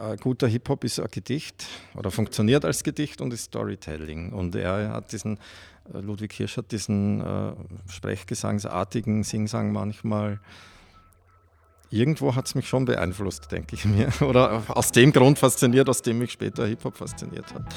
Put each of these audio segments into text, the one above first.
guter Hip-Hop ist ein Gedicht oder funktioniert als Gedicht und ist Storytelling. Und Ludwig Hirsch hat diesen sprechgesangsartigen Singsang manchmal. Irgendwo hat es mich schon beeinflusst, denke ich mir. Oder aus dem Grund fasziniert, aus dem mich später Hip-Hop fasziniert hat.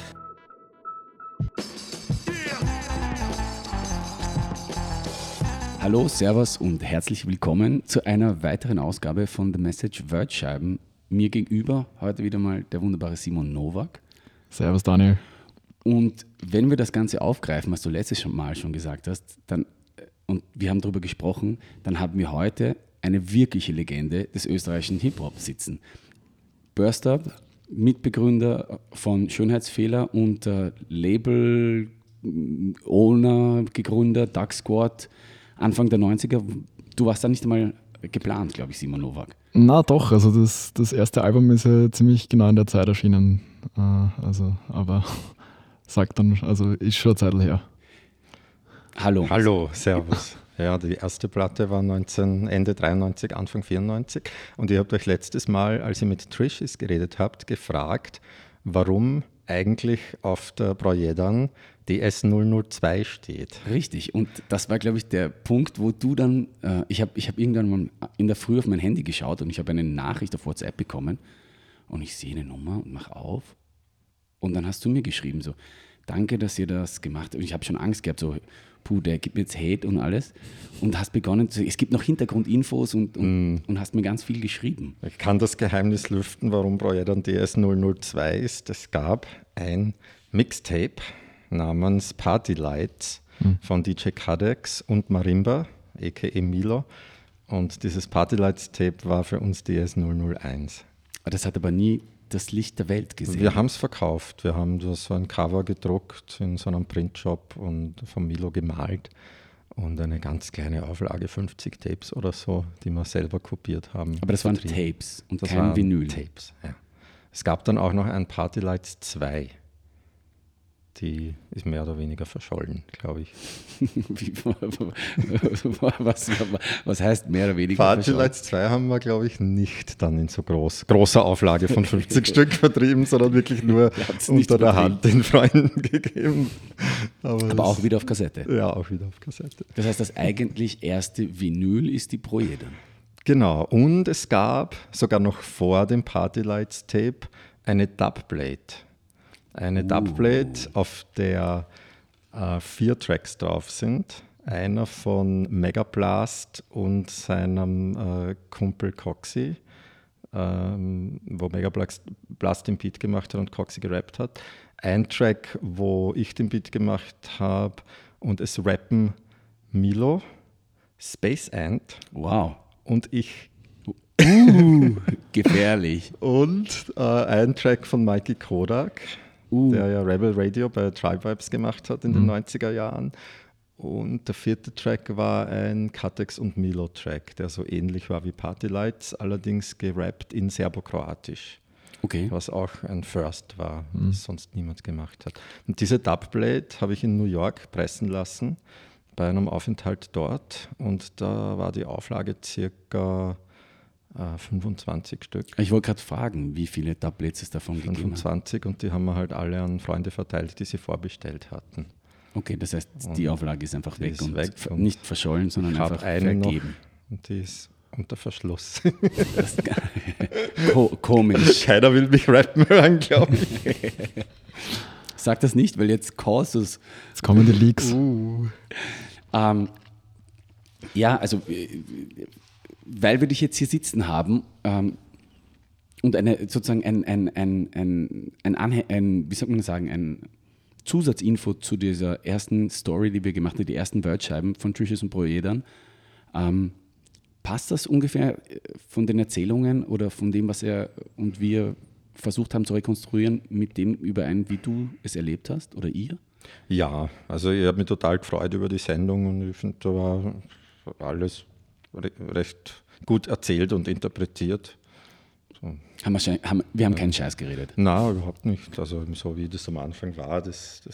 Hallo, Servus und herzlich willkommen zu einer weiteren Ausgabe von The Message Wordscheiben. Mir gegenüber heute wieder mal der wunderbare Simon Nowak. Servus Daniel. Und wenn wir das Ganze aufgreifen, was du letztes Mal schon gesagt hast, und wir haben darüber gesprochen, dann haben wir heute eine wirkliche Legende des österreichischen Hip-Hop sitzen. Burst Up, Mitbegründer von Schönheitsfehler und Label-Owner gegründet, Duck Squad, Anfang der 90er. Du warst da nicht einmal geplant, glaube ich, Simon Nowak. Na doch, also das erste Album ist ja ziemlich genau in der Zeit erschienen. Aber sagt dann, also ist schon eine Zeit her. Hallo. Hallo, servus. Ja, die erste Platte war Ende 93, Anfang 94. Und ihr habt euch letztes Mal, als ihr mit Trishis geredet habt, gefragt, warum eigentlich auf der Projedan DS002 steht. Richtig, und das war, glaube ich, der Punkt, wo du dann, ich hab irgendwann mal in der Früh auf mein Handy geschaut und ich habe eine Nachricht auf WhatsApp bekommen und ich sehe eine Nummer und mache auf und dann hast du mir geschrieben so, danke, dass ihr das gemacht habt. Und ich habe schon Angst gehabt, so, der gibt mir jetzt Hate und alles und hast begonnen, es gibt noch Hintergrundinfos und hast mir ganz viel geschrieben. Ich kann das Geheimnis lüften, warum Projedan DS002 ist. Es gab ein Mixtape namens Party Lights von DJ Cadex und Marimba, a.k.a. Milo. Und dieses Party Lights Tape war für uns DS001. Das hat aber nie das Licht der Welt gesehen. Wir haben es verkauft. Wir haben so ein Cover gedruckt in so einem Printshop und von Milo gemalt. Und eine ganz kleine Auflage, 50 Tapes oder so, die wir selber kopiert haben. Aber das waren Tapes und das kein Vinyl. Tapes, ja. Es gab dann auch noch ein Party Lights 2. Die ist mehr oder weniger verschollen, glaube ich. Was heißt mehr oder weniger Party Lights 2 haben wir, glaube ich, nicht dann in so großer Auflage von 50 Stück vertrieben, sondern wirklich nur unter der Hand den Freunden gegeben. Aber auch wieder auf Kassette. Ja, auch wieder auf Kassette. Das heißt, das eigentlich erste Vinyl ist die Projedan. Genau, und es gab sogar noch vor dem Party Lights Tape eine Dubplate. Eine Dubplate, auf der 4 Tracks drauf sind. Einer von Megablast und seinem Kumpel Coxy, wo Megablast den Beat gemacht hat und Coxy gerappt hat. Ein Track, wo ich den Beat gemacht habe und es rappen Milo, Space Ant und ich. Gefährlich. Und ein Track von Mikey Kodak, der ja Rebel Radio bei Tribe Vibes gemacht hat in den 90er Jahren. Und der 4. Track war ein Catex und Milo Track, der so ähnlich war wie Party Lights, allerdings gerappt in Serbokroatisch. Okay. Was auch ein First war, was sonst niemand gemacht hat. Und diese Dubplate habe ich in New York pressen lassen, bei einem Aufenthalt dort. Und da war die Auflage circa 25 Stück. Ich wollte gerade fragen, wie viele Dubplates es davon gegeben hat. 25 und die haben wir halt alle an Freunde verteilt, die sie vorbestellt hatten. Okay, das heißt, die Auflage ist einfach weg und nicht verschollen, sondern ich einfach eine vergeben. Noch, und die ist unter Verschluss. Das ist komisch. Keiner will mich rappen hören, glaube ich. Sag das nicht, weil jetzt Causus. Jetzt kommen die Leaks. Ja, also weil wir dich jetzt hier sitzen haben und sozusagen ein Zusatzinfo zu dieser ersten Story, die wir gemacht haben, die ersten Wordscheiben von Trishis und Projedan, passt das ungefähr von den Erzählungen oder von dem, was er und wir versucht haben zu rekonstruieren, mit dem überein, wie du es erlebt hast oder ihr? Ja, also ich habe mich total gefreut über die Sendung und ich finde, da war alles recht gut erzählt und interpretiert. So. Wir haben keinen Scheiß geredet. Nein, überhaupt nicht. Also so wie das am Anfang war, das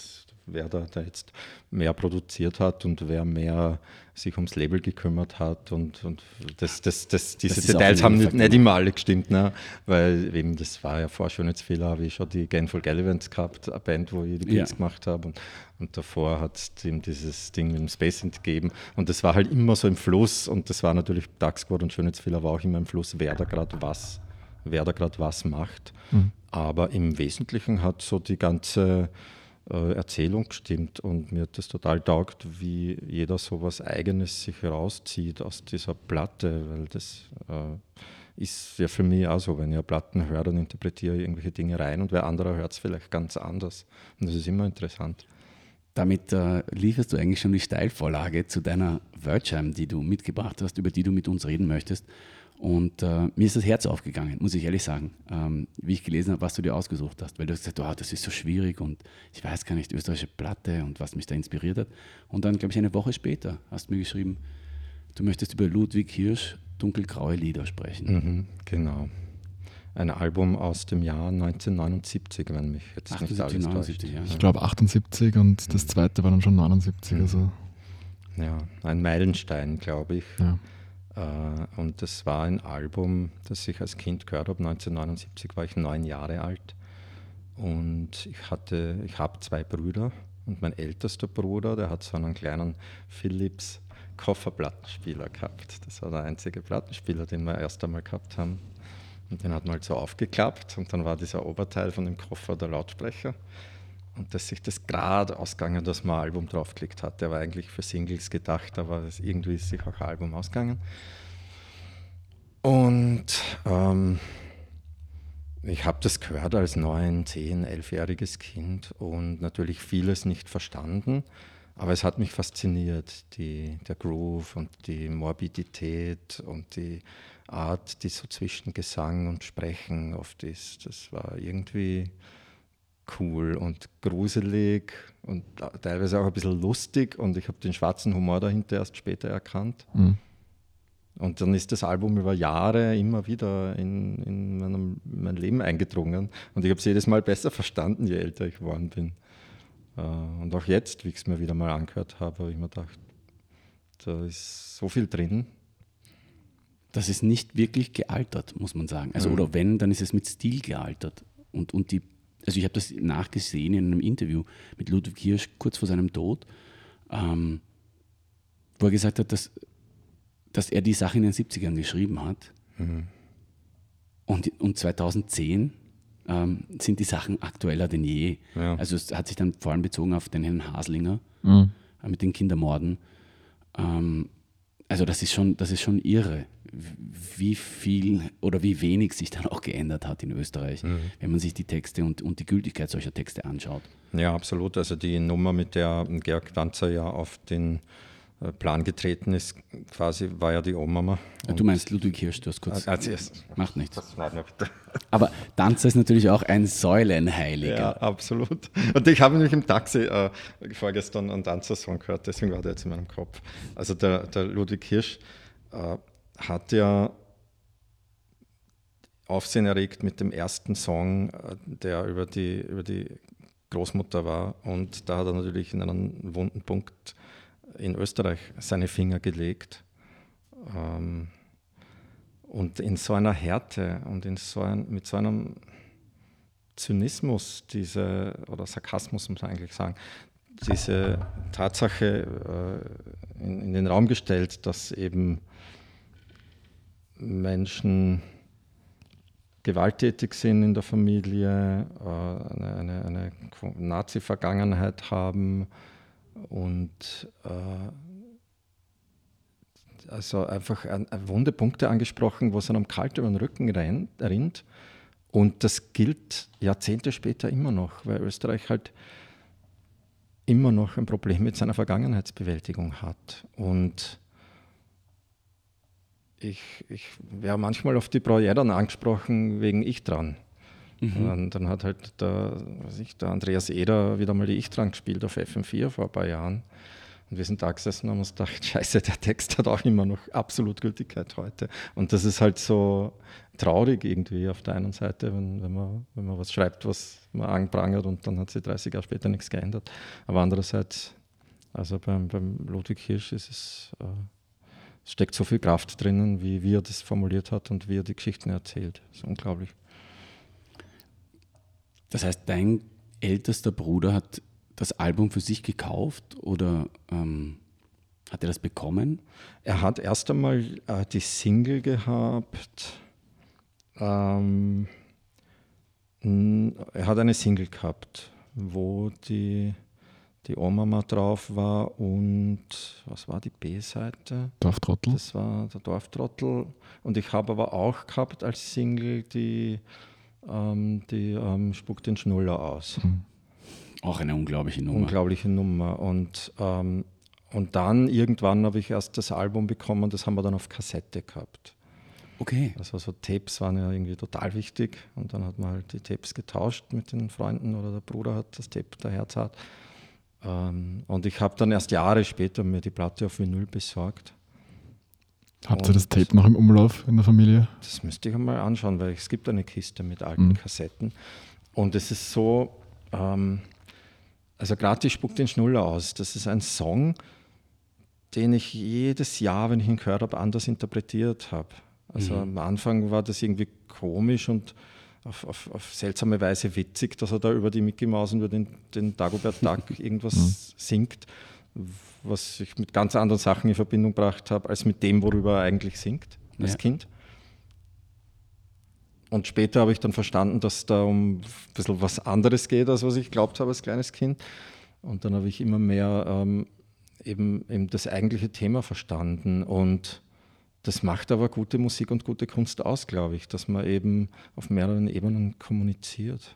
wer da jetzt mehr produziert hat und wer mehr sich ums Label gekümmert hat und diese Details haben nicht immer alle gestimmt, ne? Weil eben das war ja vor Schönheitsfehler, habe ich schon die Gainful Gallivants gehabt, eine Band, wo ich die Gigs gemacht habe und davor hat es eben dieses Ding mit dem Space gegeben und das war halt immer so im Fluss und das war natürlich Dark Squad und Schönheitsfehler war auch immer im Fluss, wer da gerade was macht. Aber im Wesentlichen hat so die ganze Erzählung gestimmt und mir hat das total taugt, wie jeder so was Eigenes sich herauszieht aus dieser Platte, weil das ist ja für mich auch so, wenn ich Platten höre, dann interpretiere ich irgendwelche Dinge rein und wer anderer hört es vielleicht ganz anders und das ist immer interessant. Damit lieferst du eigentlich schon die Steilvorlage zu deiner Wordjam, die du mitgebracht hast, über die du mit uns reden möchtest. Und mir ist das Herz aufgegangen, muss ich ehrlich sagen, wie ich gelesen habe, was du dir ausgesucht hast. Weil du hast gesagt, oh, das ist so schwierig und ich weiß gar nicht, österreichische Platte und was mich da inspiriert hat. Und dann, glaube ich, eine Woche später hast du mir geschrieben, du möchtest über Ludwig Hirsch dunkelgraue Lieder sprechen. Genau. Ein Album aus dem Jahr 1979, wenn mich jetzt 78, nicht alles 79, ja. Ich glaube 78 und das zweite war dann schon 79. Also. Ja, ein Meilenstein, glaube ich. Ja. Und das war ein Album, das ich als Kind gehört habe. 1979 war ich 9 Jahre alt und ich habe 2 Brüder und mein ältester Bruder, der hat so einen kleinen Philips Kofferplattenspieler gehabt. Das war der einzige Plattenspieler, den wir erst einmal gehabt haben. Und den hat man halt so aufgeklappt und dann war dieser Oberteil von dem Koffer der Lautsprecher. Und dass sich das gerade ausgegangen, dass man ein Album draufgeklickt hat. Der war eigentlich für Singles gedacht, aber irgendwie ist sich auch ein Album ausgegangen. Und ich habe das gehört als 9-, 10-, 11-jähriges Kind und natürlich vieles nicht verstanden. Aber es hat mich fasziniert, der Groove und die Morbidität und die Art, die so zwischen Gesang und Sprechen oft ist. Das war irgendwie cool und gruselig und teilweise auch ein bisschen lustig und ich habe den schwarzen Humor dahinter erst später erkannt. Und dann ist das Album über Jahre immer wieder in mein Leben eingedrungen und ich habe es jedes Mal besser verstanden, je älter ich geworden bin. Und auch jetzt, wie ich es mir wieder mal angehört habe ich mir gedacht, da ist so viel drin. Das ist nicht wirklich gealtert, muss man sagen. Also oder wenn, dann ist es mit Stil gealtert. Also ich habe das nachgesehen in einem Interview mit Ludwig Hirsch kurz vor seinem Tod, wo er gesagt hat, dass er die Sache in den 70ern geschrieben hat. Und 2010 sind die Sachen aktueller denn je. Ja. Also es hat sich dann vor allem bezogen auf den Herrn Haslinger mit den Kindermorden. Also das ist schon irre, wie viel oder wie wenig sich dann auch geändert hat in Österreich, wenn man sich die Texte und die Gültigkeit solcher Texte anschaut. Ja, absolut. Also die Nummer, mit der Georg Danzer ja auf den Plan getreten ist, quasi war ja die O-Mama. Du meinst Ludwig Hirsch, du hast kurz... Macht nichts. Das schneiden wir bitte. Aber Danzer ist natürlich auch ein Säulenheiliger. Ja, absolut. Und ich habe nämlich im Taxi vorgestern einen Danzer-Song gehört, deswegen war der jetzt in meinem Kopf. Also der Ludwig Hirsch hat ja Aufsehen erregt mit dem ersten Song, der über die Großmutter war. Und da hat er natürlich in einen wunden Punkt in Österreich seine Finger gelegt. Und in so einer Härte und mit so einem Zynismus, oder Sarkasmus muss man eigentlich sagen, diese Tatsache in den Raum gestellt, dass eben Menschen gewalttätig sind in der Familie, eine Nazi-Vergangenheit haben und also einfach wunde Punkte angesprochen, wo es einem kalt über den Rücken rinnt. Und das gilt Jahrzehnte später immer noch, weil Österreich halt immer noch ein Problem mit seiner Vergangenheitsbewältigung hat. Und ich wäre manchmal auf die Brauerädern angesprochen wegen Ich dran. Dann hat halt der Andreas Eder wieder mal die Ich dran gespielt auf FM4 vor ein paar Jahren. Und wir sind da gesessen und haben uns gedacht, scheiße, der Text hat auch immer noch absolut Gültigkeit heute. Und das ist halt so traurig irgendwie auf der einen Seite, wenn man was schreibt, was man anprangert und dann hat sich 30 Jahre später nichts geändert. Aber andererseits, also beim Ludwig Hirsch es steckt so viel Kraft drinnen, wie er das formuliert hat und wie er die Geschichten erzählt. Das ist unglaublich. Das heißt, dein ältester Bruder hat das Album für sich gekauft oder hat er das bekommen? Er hat erst einmal die Single gehabt. Er hat eine Single gehabt, wo die Oma mal drauf war und was war die B-Seite? Dorftrottel. Das war der Dorftrottel. Und ich habe aber auch gehabt als Single die Spuckt den Schnuller aus. Auch eine unglaubliche Nummer. Unglaubliche Nummer. Und dann irgendwann habe ich erst das Album bekommen, das haben wir dann auf Kassette gehabt. Okay. Also so Tapes waren ja irgendwie total wichtig und dann hat man halt die Tapes getauscht mit den Freunden oder der Bruder hat das Tape daher zahlt. Und ich habe dann erst Jahre später mir die Platte auf Vinyl besorgt. Habt ihr das Tape noch im Umlauf in der Familie? Das müsste ich einmal anschauen, weil es gibt eine Kiste mit alten Kassetten. Und es ist so, also gerade die Spuckt den Schnuller aus, das ist ein Song, den ich jedes Jahr, wenn ich ihn gehört habe, anders interpretiert habe. Also am Anfang war das irgendwie komisch und auf seltsame Weise witzig, dass er da über die Mickey Maus und über den Dagobert Duck irgendwas singt, was ich mit ganz anderen Sachen in Verbindung gebracht habe, als mit dem, worüber er eigentlich singt als Kind. Und später habe ich dann verstanden, dass da um ein bisschen was anderes geht, als was ich glaubt habe als kleines Kind. Und dann habe ich immer mehr eben das eigentliche Thema verstanden. Und das macht aber gute Musik und gute Kunst aus, glaube ich, dass man eben auf mehreren Ebenen kommuniziert.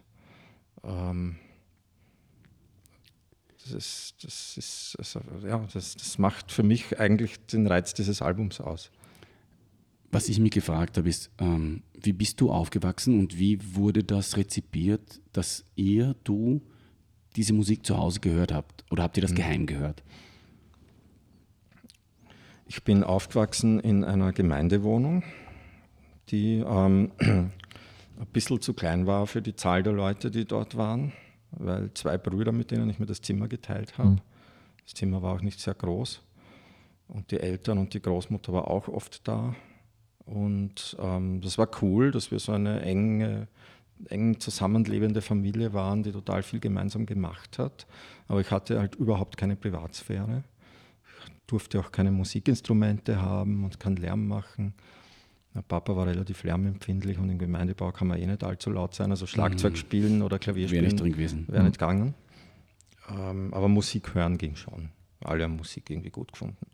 Das macht für mich eigentlich den Reiz dieses Albums aus. Was ich mich gefragt habe, ist, wie bist du aufgewachsen und wie wurde das rezipiert, dass du diese Musik zu Hause gehört habt? Oder habt ihr das geheim gehört? Ich bin aufgewachsen in einer Gemeindewohnung, die ein bisschen zu klein war für die Zahl der Leute, die dort waren, weil 2 Brüder, mit denen ich mir das Zimmer geteilt habe. Das Zimmer war auch nicht sehr groß und die Eltern und die Großmutter war auch oft da. Und das war cool, dass wir so eine eng zusammenlebende Familie waren, die total viel gemeinsam gemacht hat. Aber ich hatte halt überhaupt keine Privatsphäre. Durfte auch keine Musikinstrumente haben und keinen Lärm machen. Der Papa war relativ lärmempfindlich und im Gemeindebau kann man nicht allzu laut sein. Also Schlagzeug spielen oder Klavier spielen Wäre nicht drin gewesen. Wäre nicht gegangen. Aber Musik hören ging schon. Alle haben Musik irgendwie gut gefunden.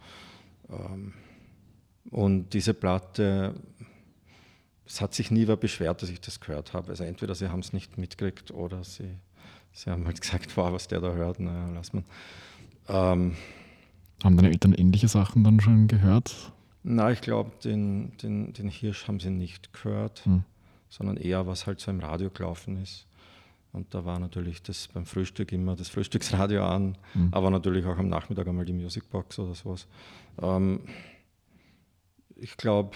Und diese Platte, es hat sich nie wer beschwert, dass ich das gehört habe. Also entweder sie haben es nicht mitgekriegt oder sie haben halt gesagt, wow, was der da hört, naja, lass mal. Haben deine Eltern ähnliche Sachen dann schon gehört? Na, ich glaube, den Hirsch haben sie nicht gehört, sondern eher, was halt so im Radio gelaufen ist. Und da war natürlich das beim Frühstück immer das Frühstücksradio an, aber natürlich auch am Nachmittag einmal die Musicbox oder sowas. Ich glaube,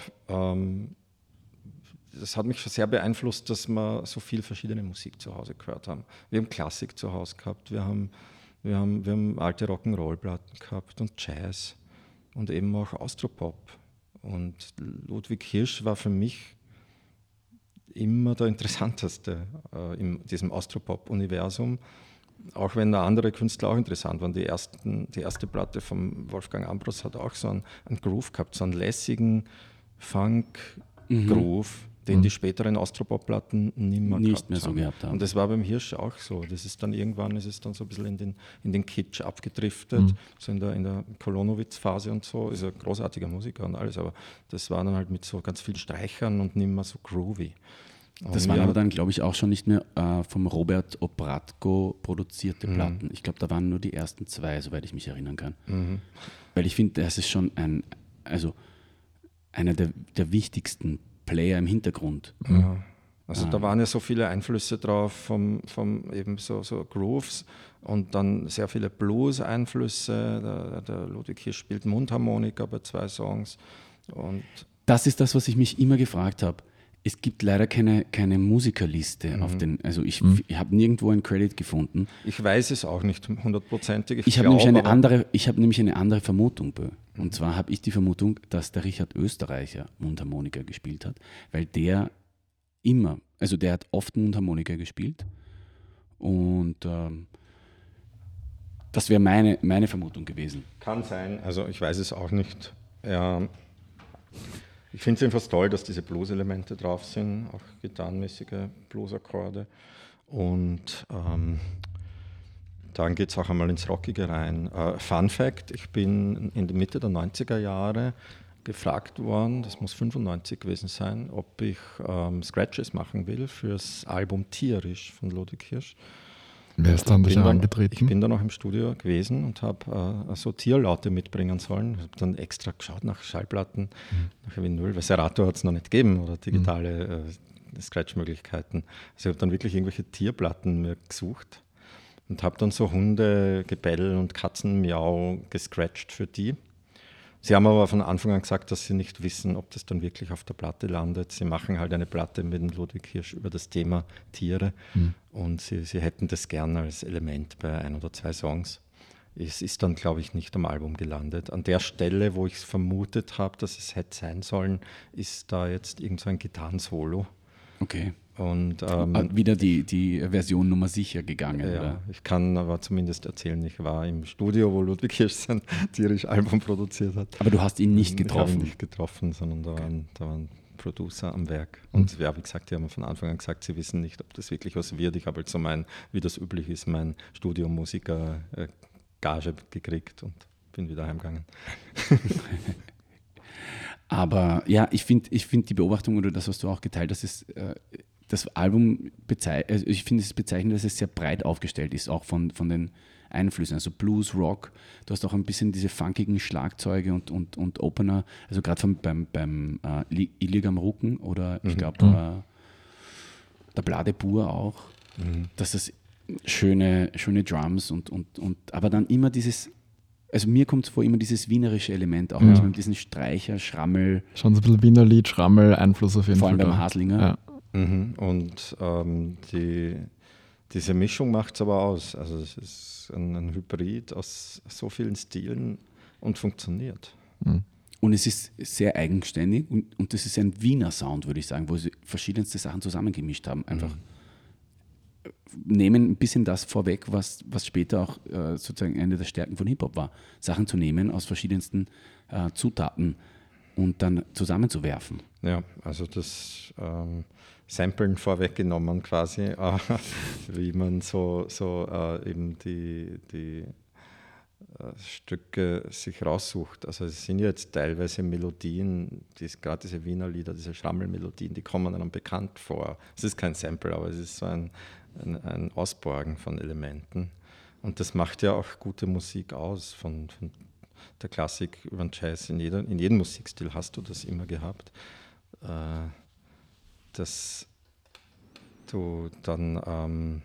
das hat mich schon sehr beeinflusst, dass wir so viel verschiedene Musik zu Hause gehört haben. Wir haben Klassik zu Hause gehabt, wir haben alte Rock'n'Roll-Platten gehabt und Jazz und eben auch Austropop. Und Ludwig Hirsch war für mich immer der interessanteste in diesem Austropop-Universum, auch wenn da andere Künstler auch interessant waren. Die erste Platte von Wolfgang Ambros hat auch so einen Groove gehabt, so einen lässigen Funk-Groove, den die späteren Austropop-Platten nicht mehr so gehabt haben. Und das war beim Hirsch auch so. Das ist dann irgendwann so ein bisschen in den Kitsch abgedriftet, so in der Kolonowitz-Phase und so. Ist ein großartiger Musiker und alles, aber das war dann halt mit so ganz vielen Streichern und nicht mehr so groovy. Das waren aber dann, glaube ich, auch schon nicht mehr vom Robert Obratko produzierte Platten. Ich glaube, da waren nur die ersten 2, soweit ich mich erinnern kann. Weil ich finde, das ist schon einer der wichtigsten Player im Hintergrund. Also da waren ja so viele Einflüsse drauf vom eben so Grooves und dann sehr viele Blues-Einflüsse. Der Ludwig Hirsch spielt Mundharmonika bei 2 Songs. Und Das ist das, was ich mich immer gefragt habe. Es gibt leider keine Musikerliste auf den, also ich habe nirgendwo einen Credit gefunden. ich weiß es auch nicht hundertprozentig. Ich habe nämlich eine andere Vermutung, Bö. Und zwar habe ich die Vermutung, dass der Richard Österreicher Mundharmonika gespielt hat, weil der hat oft Mundharmonika gespielt und das wäre meine Vermutung gewesen. Kann sein, also ich weiß es auch nicht. Ja, ich finde es jedenfalls toll, dass diese Blues-Elemente drauf sind, auch gitarrenmäßige Blues-Akkorde. Und dann geht es auch einmal ins Rockige rein. Fun Fact, ich bin in der Mitte der 90er Jahre gefragt worden, das muss 95 gewesen sein, ob ich Scratches machen will fürs Album Tierisch von Ludwig Hirsch. Wer ist dann dich angetreten? Ich bin dann auch im Studio gewesen und habe so Tierlaute mitbringen sollen. Ich habe dann extra geschaut nach Schallplatten, nach Vinyl, weil Serato hat es noch nicht gegeben oder digitale Scratch-Möglichkeiten. Also ich habe dann wirklich irgendwelche Tierplatten mir gesucht und habe dann so Hundegebell und Katzenmiau gescratcht für die. Sie haben aber von Anfang an gesagt, dass sie nicht wissen, ob das dann wirklich auf der Platte landet. Sie machen halt eine Platte mit dem Ludwig Hirsch über das Thema Tiere und sie hätten das gerne als Element bei 1 oder 2 Songs. Es ist dann, glaube ich, nicht am Album gelandet. An der Stelle, wo ich es vermutet habe, dass es hätte sein sollen, ist da jetzt irgend so ein Gitarrensolo. Okay. Und wieder die Version Nummer sicher gegangen, ja, oder? ich kann aber zumindest erzählen, ich war im Studio, wo Ludwig Hirsch sein Tierisch-Album produziert hat. Aber du hast ihn nicht Ich getroffen? habe ihn nicht getroffen, sondern da waren Producer am Werk. Und ja, wie gesagt, die haben von Anfang an gesagt, sie wissen nicht, ob das wirklich was wird. Ich habe halt so wie das üblich ist, mein Studiomusiker-Gage gekriegt und bin wieder heimgegangen. Aber ja, ich finde die Beobachtung oder das, was du auch geteilt hast, ist das Album ich finde es bezeichnend, dass es sehr breit aufgestellt ist, auch von den Einflüssen, also Blues, Rock, du hast auch ein bisschen diese funkigen Schlagzeuge und Opener, also gerade beim Illig am Rücken oder ich glaube der Blade Bur auch, dass das schöne Drums und aber dann immer dieses, also mir kommt es vor, immer dieses wienerische Element, auch manchmal mit diesen Streicher, Schrammel. Schon so ein bisschen Wiener Lied, Schrammel, Einfluss auf jeden Fall. Vor allem beim Haslinger. Ja. Und diese Mischung macht es aber aus. Also es ist ein Hybrid aus so vielen Stilen und funktioniert. Und es ist sehr eigenständig und das ist ein Wiener Sound, würde ich sagen, wo sie verschiedenste Sachen zusammengemischt haben. Einfach nehmen ein bisschen das vorweg, was später auch sozusagen eine der Stärken von Hip-Hop war. Sachen zu nehmen aus verschiedensten Zutaten und dann zusammenzuwerfen. Ja, also das Samplen vorweggenommen quasi, wie man so eben die Stücke sich raussucht. Also es sind jetzt teilweise Melodien, gerade diese Wiener Lieder, diese Schrammelmelodien, die kommen einem bekannt vor. Es ist kein Sample, aber es ist so ein Ausborgen von Elementen. Und das macht ja auch gute Musik aus, von der Klassik über den Jazz. In jedem Musikstil hast du das immer gehabt, dass du dann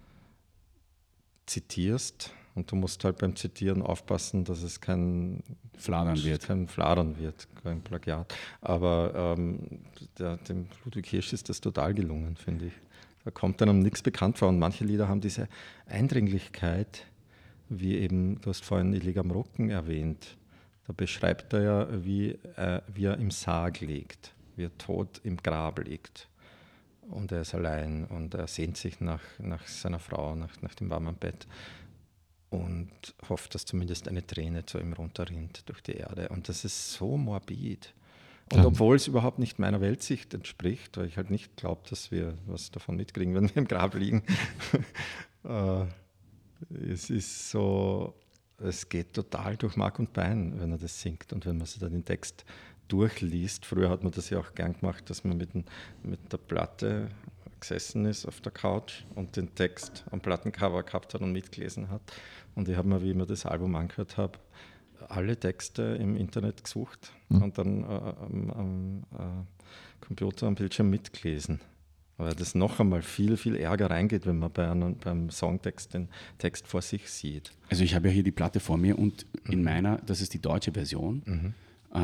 zitierst. Und du musst halt beim Zitieren aufpassen, dass es kein Fladern wird, kein Plagiat. Aber dem Ludwig Hirsch ist das total gelungen, finde ich. Da kommt einem nichts bekannt vor. Und manche Lieder haben diese Eindringlichkeit, wie eben, du hast vorhin Illig am Rücken erwähnt. Da beschreibt er ja, wie er im Sarg liegt, wie er tot im Grab liegt. Und er ist allein und er sehnt sich nach seiner Frau, nach dem warmen Bett. Und hofft, dass zumindest eine Träne zu ihm runterrinnt durch die Erde. Und das ist so morbid. Und obwohl es überhaupt nicht meiner Weltsicht entspricht, weil ich halt nicht glaube, dass wir was davon mitkriegen, wenn wir im Grab liegen. Es ist so, es geht total durch Mark und Bein, wenn er das singt. Und wenn man sich dann den Text durchliest, früher hat man das ja auch gern gemacht, dass man mit der Platte gesessen ist auf der Couch und den Text am Plattencover gehabt hat und mitgelesen hat. Und ich habe mir, wie ich mir das Album angehört habe, alle Texte im Internet gesucht und dann am Computer, am Bildschirm mitgelesen. Weil das noch einmal viel, viel ärger reingeht, wenn man beim Songtext den Text vor sich sieht. Also ich habe ja hier die Platte vor mir und in meiner, das ist die deutsche Version,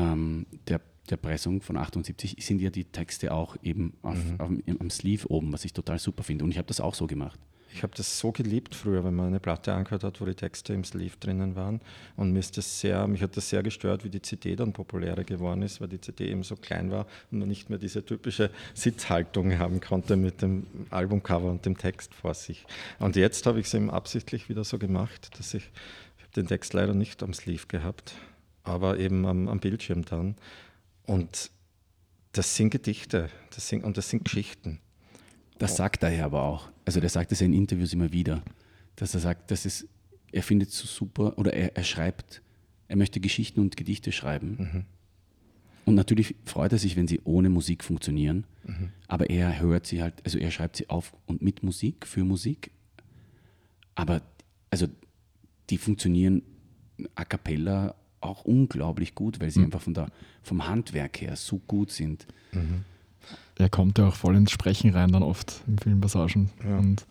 der Pressung von 78, sind ja die Texte auch eben am Sleeve oben, was ich total super finde. Und ich habe das auch so gemacht. Ich habe das so geliebt früher, wenn man eine Platte angehört hat, wo die Texte im Sleeve drinnen waren. Und mich hat das sehr gestört, wie die CD dann populärer geworden ist, weil die CD eben so klein war und man nicht mehr diese typische Sitzhaltung haben konnte mit dem Albumcover und dem Text vor sich. Und jetzt habe ich es eben absichtlich wieder so gemacht, dass ich habe den Text leider nicht am Sleeve gehabt, aber eben am Bildschirm dann. Und das sind Gedichte, das sind Geschichten. Das sagt er ja aber auch. Also der sagt es ja in Interviews immer wieder, dass er sagt, er findet es so super oder er schreibt, er möchte Geschichten und Gedichte schreiben. Und natürlich freut er sich, wenn sie ohne Musik funktionieren, aber er hört sie halt, also er schreibt sie auf und mit Musik, für Musik, aber also die funktionieren a cappella auch unglaublich gut, weil sie einfach vom Handwerk her so gut sind. Er kommt ja auch voll ins Sprechen rein dann oft in vielen Passagen. Ja. Und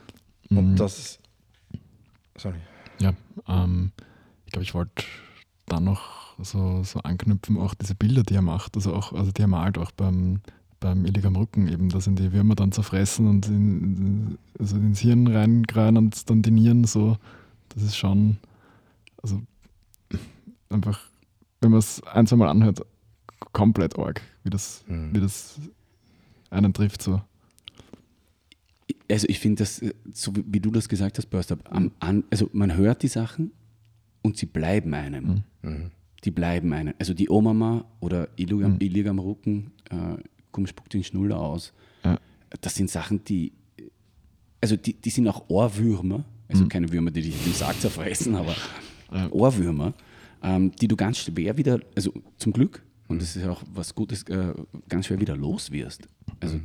das, sorry. ja, ich glaube, ich wollte dann noch so anknüpfen, auch diese Bilder, die er macht, also die er malt auch beim Illig am Rücken eben, da sind die Würmer dann zerfressen und ins Hirn reingreien und dann die Nieren so, das ist schon, also einfach, wenn man es ein, zwei Mal anhört, komplett arg, wie das einen trifft so. Also ich finde das, so wie du das gesagt hast, Börster, also man hört die Sachen und sie bleiben einem. Die bleiben einem. Also die Omama oder Illig am Rücken, komm, spuckt den Schnuller aus. Ja. Das sind Sachen, die sind auch Ohrwürmer, also keine Würmer, die dich im Sarg zerfressen, aber Ohrwürmer, die du ganz schwer wieder, also zum Glück, und das ist ja auch was Gutes, ganz schwer wieder los wirst. Also,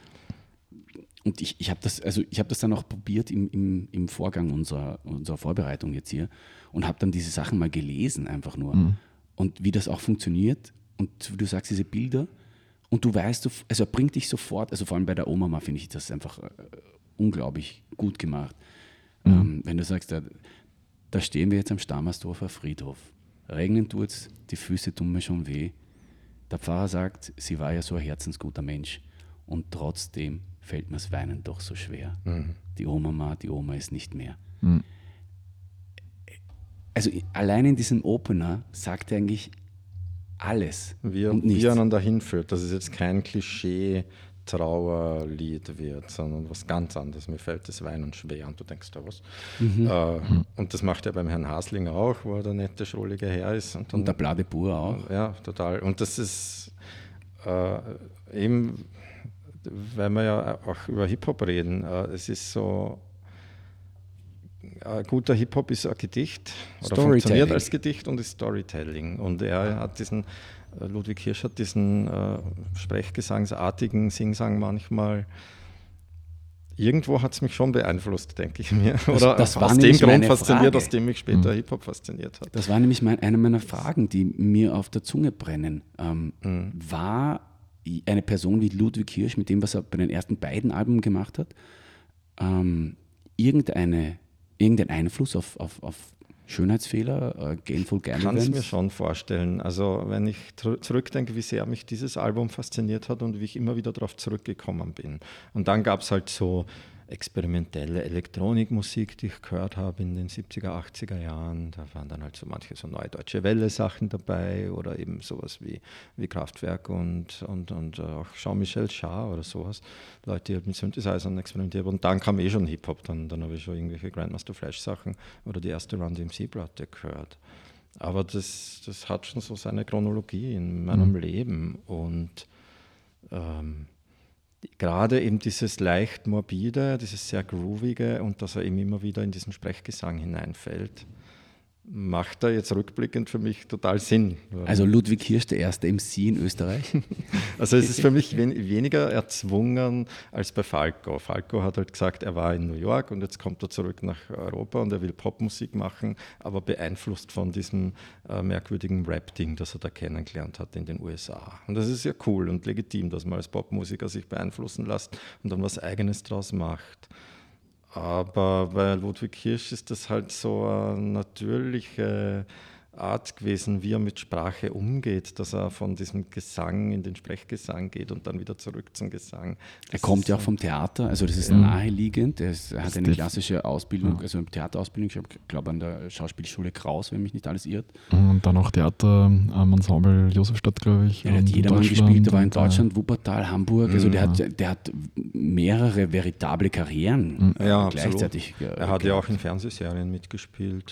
und ich habe das dann auch probiert im Vorgang unserer Vorbereitung jetzt hier und habe dann diese Sachen mal gelesen, einfach nur. Und wie das auch funktioniert und wie du sagst, diese Bilder und du weißt, also er bringt dich sofort, also vor allem bei der Oma finde ich das einfach unglaublich gut gemacht. Wenn du sagst, da stehen wir jetzt am Stammersdorfer Friedhof. Regnen tut's, die Füße tun mir schon weh. Der Pfarrer sagt, sie war ja so ein herzensguter Mensch und trotzdem fällt mir's Weinen doch so schwer. Die Oma ist nicht mehr. Also allein in diesem Opener sagt er eigentlich alles Wie er einander hinführt, dass es jetzt kein Klischee-Trauerlied wird, sondern was ganz anderes. Mir fällt das Weinen schwer und du denkst da was. Und das macht er beim Herrn Haslinger auch, wo er der nette, schrullige Herr ist. Und der Bladebur auch. Ja, total. Und das ist eben, weil wir ja auch über Hip-Hop reden, es ist so, guter Hip-Hop ist ein Gedicht oder funktioniert als Gedicht und ist Storytelling. Und Ludwig Hirsch hat diesen sprechgesangsartigen Singsang manchmal. Irgendwo hat es mich schon beeinflusst, denke ich mir. Oder das aus dem Grund fasziniert, aus dem mich später Hip-Hop fasziniert hat. Das war nämlich eine meiner Fragen, die mir auf der Zunge brennen. War eine Person wie Ludwig Hirsch, mit dem, was er bei den ersten beiden Alben gemacht hat, irgendein Einfluss auf Schönheitsfehler, Gainful Gam Ich kann es Events? mir schon vorstellen. Also wenn ich zurückdenke, wie sehr mich dieses Album fasziniert hat und wie ich immer wieder darauf zurückgekommen bin. Und dann gab es halt so experimentelle Elektronikmusik, die ich gehört habe in den 70er, 80er Jahren. Da waren dann halt so manche so Neue Deutsche Welle-Sachen dabei oder eben sowas wie Kraftwerk und auch Jean-Michel Jarre oder sowas. Leute, die halt mit Synthesizern experimentiert haben. Und dann kam schon Hip-Hop. Dann habe ich schon irgendwelche Grandmaster Flash-Sachen oder die erste Run DMC-Platte gehört. Aber das hat schon so seine Chronologie in meinem Leben. Und gerade eben dieses leicht morbide, dieses sehr groovige und dass er eben immer wieder in diesen Sprechgesang hineinfällt, macht da jetzt rückblickend für mich total Sinn. Also Ludwig Hirsch, der erste MC in Österreich. Also es ist für mich weniger erzwungen als bei Falco. Falco hat halt gesagt, er war in New York und jetzt kommt er zurück nach Europa und er will Popmusik machen, aber beeinflusst von diesem merkwürdigen Rap-Ding, das er da kennengelernt hat in den USA. Und das ist ja cool und legitim, dass man als Popmusiker sich beeinflussen lässt und dann was Eigenes draus macht. Aber bei Ludwig Hirsch ist das halt so eine natürliche Art gewesen, wie er mit Sprache umgeht, dass er von diesem Gesang in den Sprechgesang geht und dann wieder zurück zum Gesang. Er kommt ja auch vom Theater, also das ist naheliegend. Er hat eine klassische Ausbildung, also eine Theaterausbildung, ich glaube an der Schauspielschule Kraus, wenn mich nicht alles irrt. Und dann auch Theater am Ensemble Josefstadt, glaube ich. Er hat jedermann gespielt, der war in Deutschland, Wuppertal, Hamburg, also der hat mehrere veritable Karrieren gleichzeitig. Er hat ja auch in Fernsehserien mitgespielt.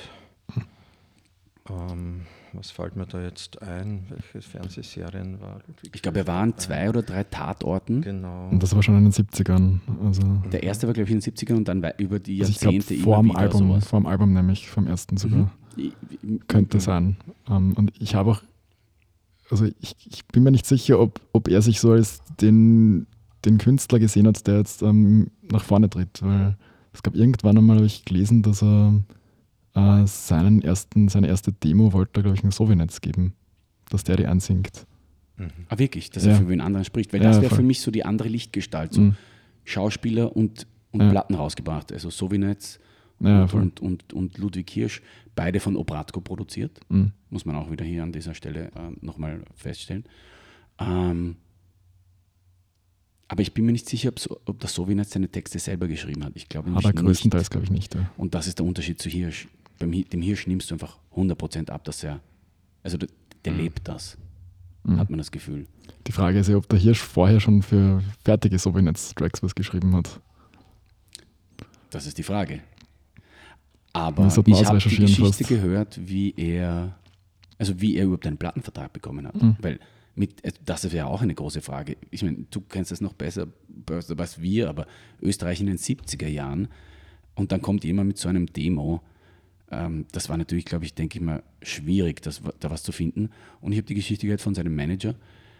Was fällt mir da jetzt ein? Welche Fernsehserien war Ludwig? Ich glaube, er war an 2 oder 3 Tatorten. Genau. Und das war schon in den 70ern. Also der erste war, glaube ich, in den 70ern und dann über die Jahrzehnte ich glaub, vor dem Album nämlich, vom ersten sogar. Könnte sein. Und ich habe auch, also ich bin mir nicht sicher, ob er sich so als den Künstler gesehen hat, der jetzt nach vorne tritt. Weil es gab irgendwann einmal, habe ich gelesen, dass er seine erste Demo wollte er, glaube ich, einen Sovinetz geben, dass der die ansingt. Ah, wirklich? Dass er für wen anderen spricht? Weil das wäre für mich so die andere Lichtgestalt. So Schauspieler und Platten rausgebracht. Also Sovinetz und Ludwig Hirsch, beide von Obratko produziert. Muss man auch wieder hier an dieser Stelle nochmal feststellen. Aber ich bin mir nicht sicher, ob der Sovinetz seine Texte selber geschrieben hat. Ich glaube nicht. Aber größtenteils glaube ich nicht. Ja. Und das ist der Unterschied zu Hirsch. Dem Hirsch nimmst du einfach 100% ab, dass der lebt das, hat man das Gefühl. Die Frage ist ja, ob der Hirsch vorher schon für fertige Sovinetz-Tracks was geschrieben hat. Das ist die Frage. Aber ich habe die Geschichte gehört, wie er überhaupt einen Plattenvertrag bekommen hat. Weil das ist ja auch eine große Frage. Ich meine, du kennst das noch besser als wir, aber Österreich in den 70er Jahren und dann kommt jemand mit so einem Demo. Das war natürlich, glaube ich, denke ich mal, schwierig, da was zu finden. Und ich habe die Geschichte gehört von seinem Manager,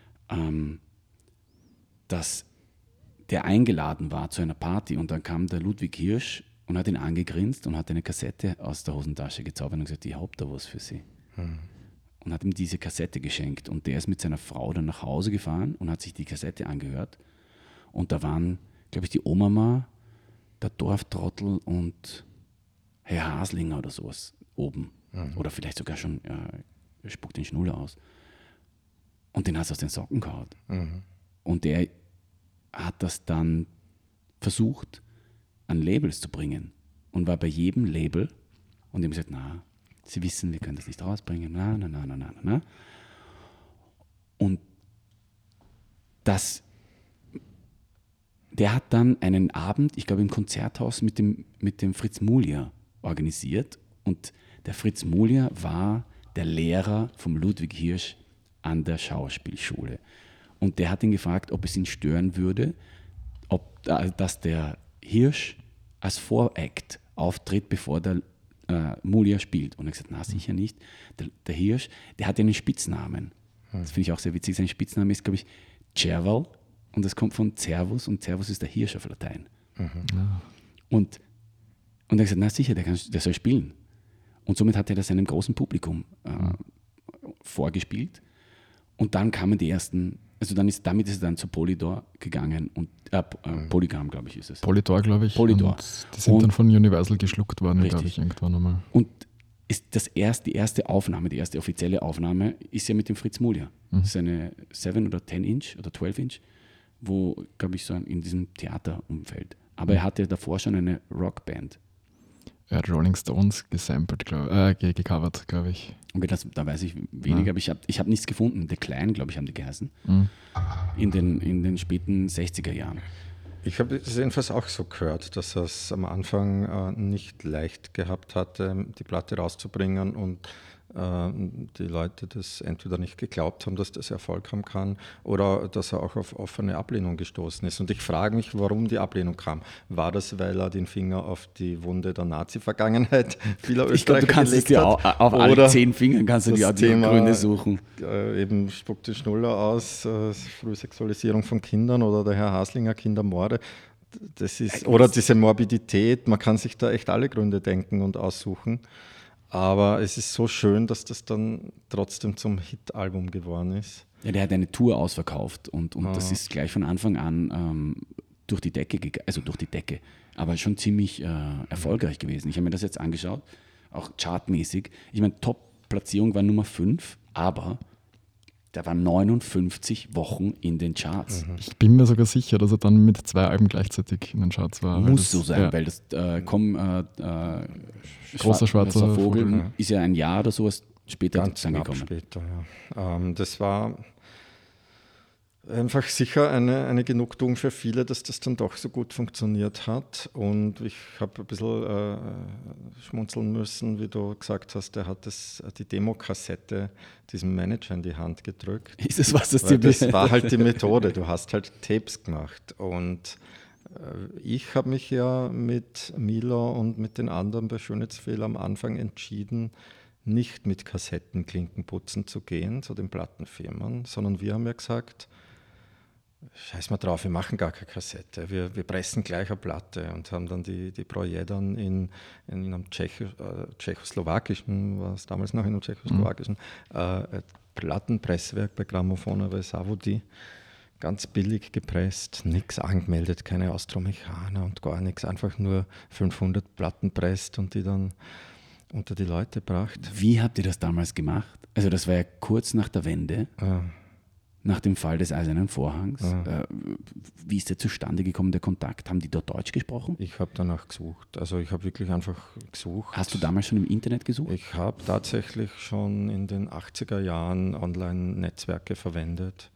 dass der eingeladen war zu einer Party und dann kam der Ludwig Hirsch und hat ihn angegrinst und hat eine Kassette aus der Hosentasche gezaubert und gesagt, ich hab da was für Sie. Und hat ihm diese Kassette geschenkt. Und der ist mit seiner Frau dann nach Hause gefahren und hat sich die Kassette angehört. Und da waren, glaube ich, die Oma, der Dorftrottel und Herr Haslinger oder sowas oben. Oder vielleicht sogar schon, er spuckt den Schnuller aus. Und den hat es aus den Socken gehauen. Und der hat das dann versucht, an Labels zu bringen. Und war bei jedem Label und die haben gesagt, na, Sie wissen, wir können das nicht rausbringen. Na. Und der hat dann einen Abend, ich glaube im Konzerthaus mit dem Fritz Mulier organisiert. Und der Fritz Mulier war der Lehrer vom Ludwig Hirsch an der Schauspielschule. Und der hat ihn gefragt, ob es ihn stören würde, dass der Hirsch als Voract auftritt, bevor der Mulier spielt. Und er hat gesagt, na sicher nicht. Der Hirsch, der hat ja einen Spitznamen. Das finde ich auch sehr witzig. Sein Spitzname ist, glaube ich, Cerval und das kommt von Cervus und Cervus ist der Hirsch auf Latein. Und er hat gesagt, na sicher, der soll spielen. Und somit hat er das einem großen Publikum vorgespielt. Und dann kamen die ersten, also damit ist er dann zu Polydor gegangen und Polygram, glaube ich, ist es. Polydor, glaube ich. Polydor. Und die sind dann von Universal geschluckt worden, glaube ich, irgendwann einmal. Und die erste Aufnahme, die erste offizielle Aufnahme ist ja mit dem Fritz Mulier. Das ist eine 7 oder 10 Inch oder 12 Inch, wo, glaube ich, so in diesem Theaterumfeld. Aber er hatte davor schon eine Rockband. Er hat Rolling Stones gecovert, glaube ich. Okay, da weiß ich weniger, aber ich hab nichts gefunden. The Clan, glaube ich, haben die geheißen. In den späten 60er Jahren. Ich habe es jedenfalls auch so gehört, dass er es am Anfang nicht leicht gehabt hatte, die Platte rauszubringen und die Leute das entweder nicht geglaubt haben, dass das Erfolg haben kann, oder dass er auch auf offene Ablehnung gestoßen ist. Und ich frage mich, warum die Ablehnung kam. War das, weil er den Finger auf die Wunde der Nazi-Vergangenheit vieler Ich glaube, Österreicher du kannst es gelegt dir hat? auf alle 10 Fingern kannst du das dir die Thema, Gründe suchen. Eben spuckt die Schnuller aus, Frühsexualisierung von Kindern oder der Herr Haslinger Kindermorde. Das ist, oder diese Morbidität, man kann sich da echt alle Gründe denken und aussuchen. Aber es ist so schön, dass das dann trotzdem zum Hit-Album geworden ist. Ja, der hat eine Tour ausverkauft und das ist gleich von Anfang an durch die Decke gegangen, also durch die Decke, aber schon ziemlich erfolgreich gewesen. Ich habe mir das jetzt angeschaut, auch chartmäßig. Ich meine, Top-Platzierung war Nummer 5, aber der war 59 Wochen in den Charts. Ich bin mir sogar sicher, dass er dann mit 2 Alben gleichzeitig in den Charts war. Muss so sein, weil das Großer schwarzer Vogel ist ja ein Jahr oder sowas später Ganz knapp angekommen. später, ja. Das war einfach sicher eine Genugtuung für viele, dass das dann doch so gut funktioniert hat. Und ich habe ein bisschen schmunzeln müssen, wie du gesagt hast, der hat die Demokassette diesem Manager in die Hand gedrückt. Ist das was, Weil das war halt die Methode, du hast halt Tapes gemacht. Und ich habe mich ja mit Milo und mit den anderen bei Schönheitsfehler am Anfang entschieden, nicht mit Kassettenklinken putzen zu gehen zu den Plattenfirmen, sondern wir haben ja gesagt, scheiß mal drauf, wir machen gar keine Kassette, wir pressen gleich eine Platte und haben dann die Projedern in einem tschechoslowakischen, war es damals noch in einem tschechoslowakischen Plattenpresswerk bei Grammophonové Záwody, ganz billig gepresst, nichts angemeldet, keine Austromechaner und gar nichts, einfach nur 500 Platten presst und die dann unter die Leute gebracht. Wie habt ihr das damals gemacht? Also das war ja kurz nach der Wende. Nach dem Fall des Eisernen Vorhangs. Wie ist der zustande gekommen, der Kontakt? Haben die dort Deutsch gesprochen? Ich habe danach gesucht. Also ich habe wirklich einfach gesucht. Hast du damals schon im Internet gesucht? Ich habe tatsächlich schon in den 80er Jahren Online-Netzwerke verwendet,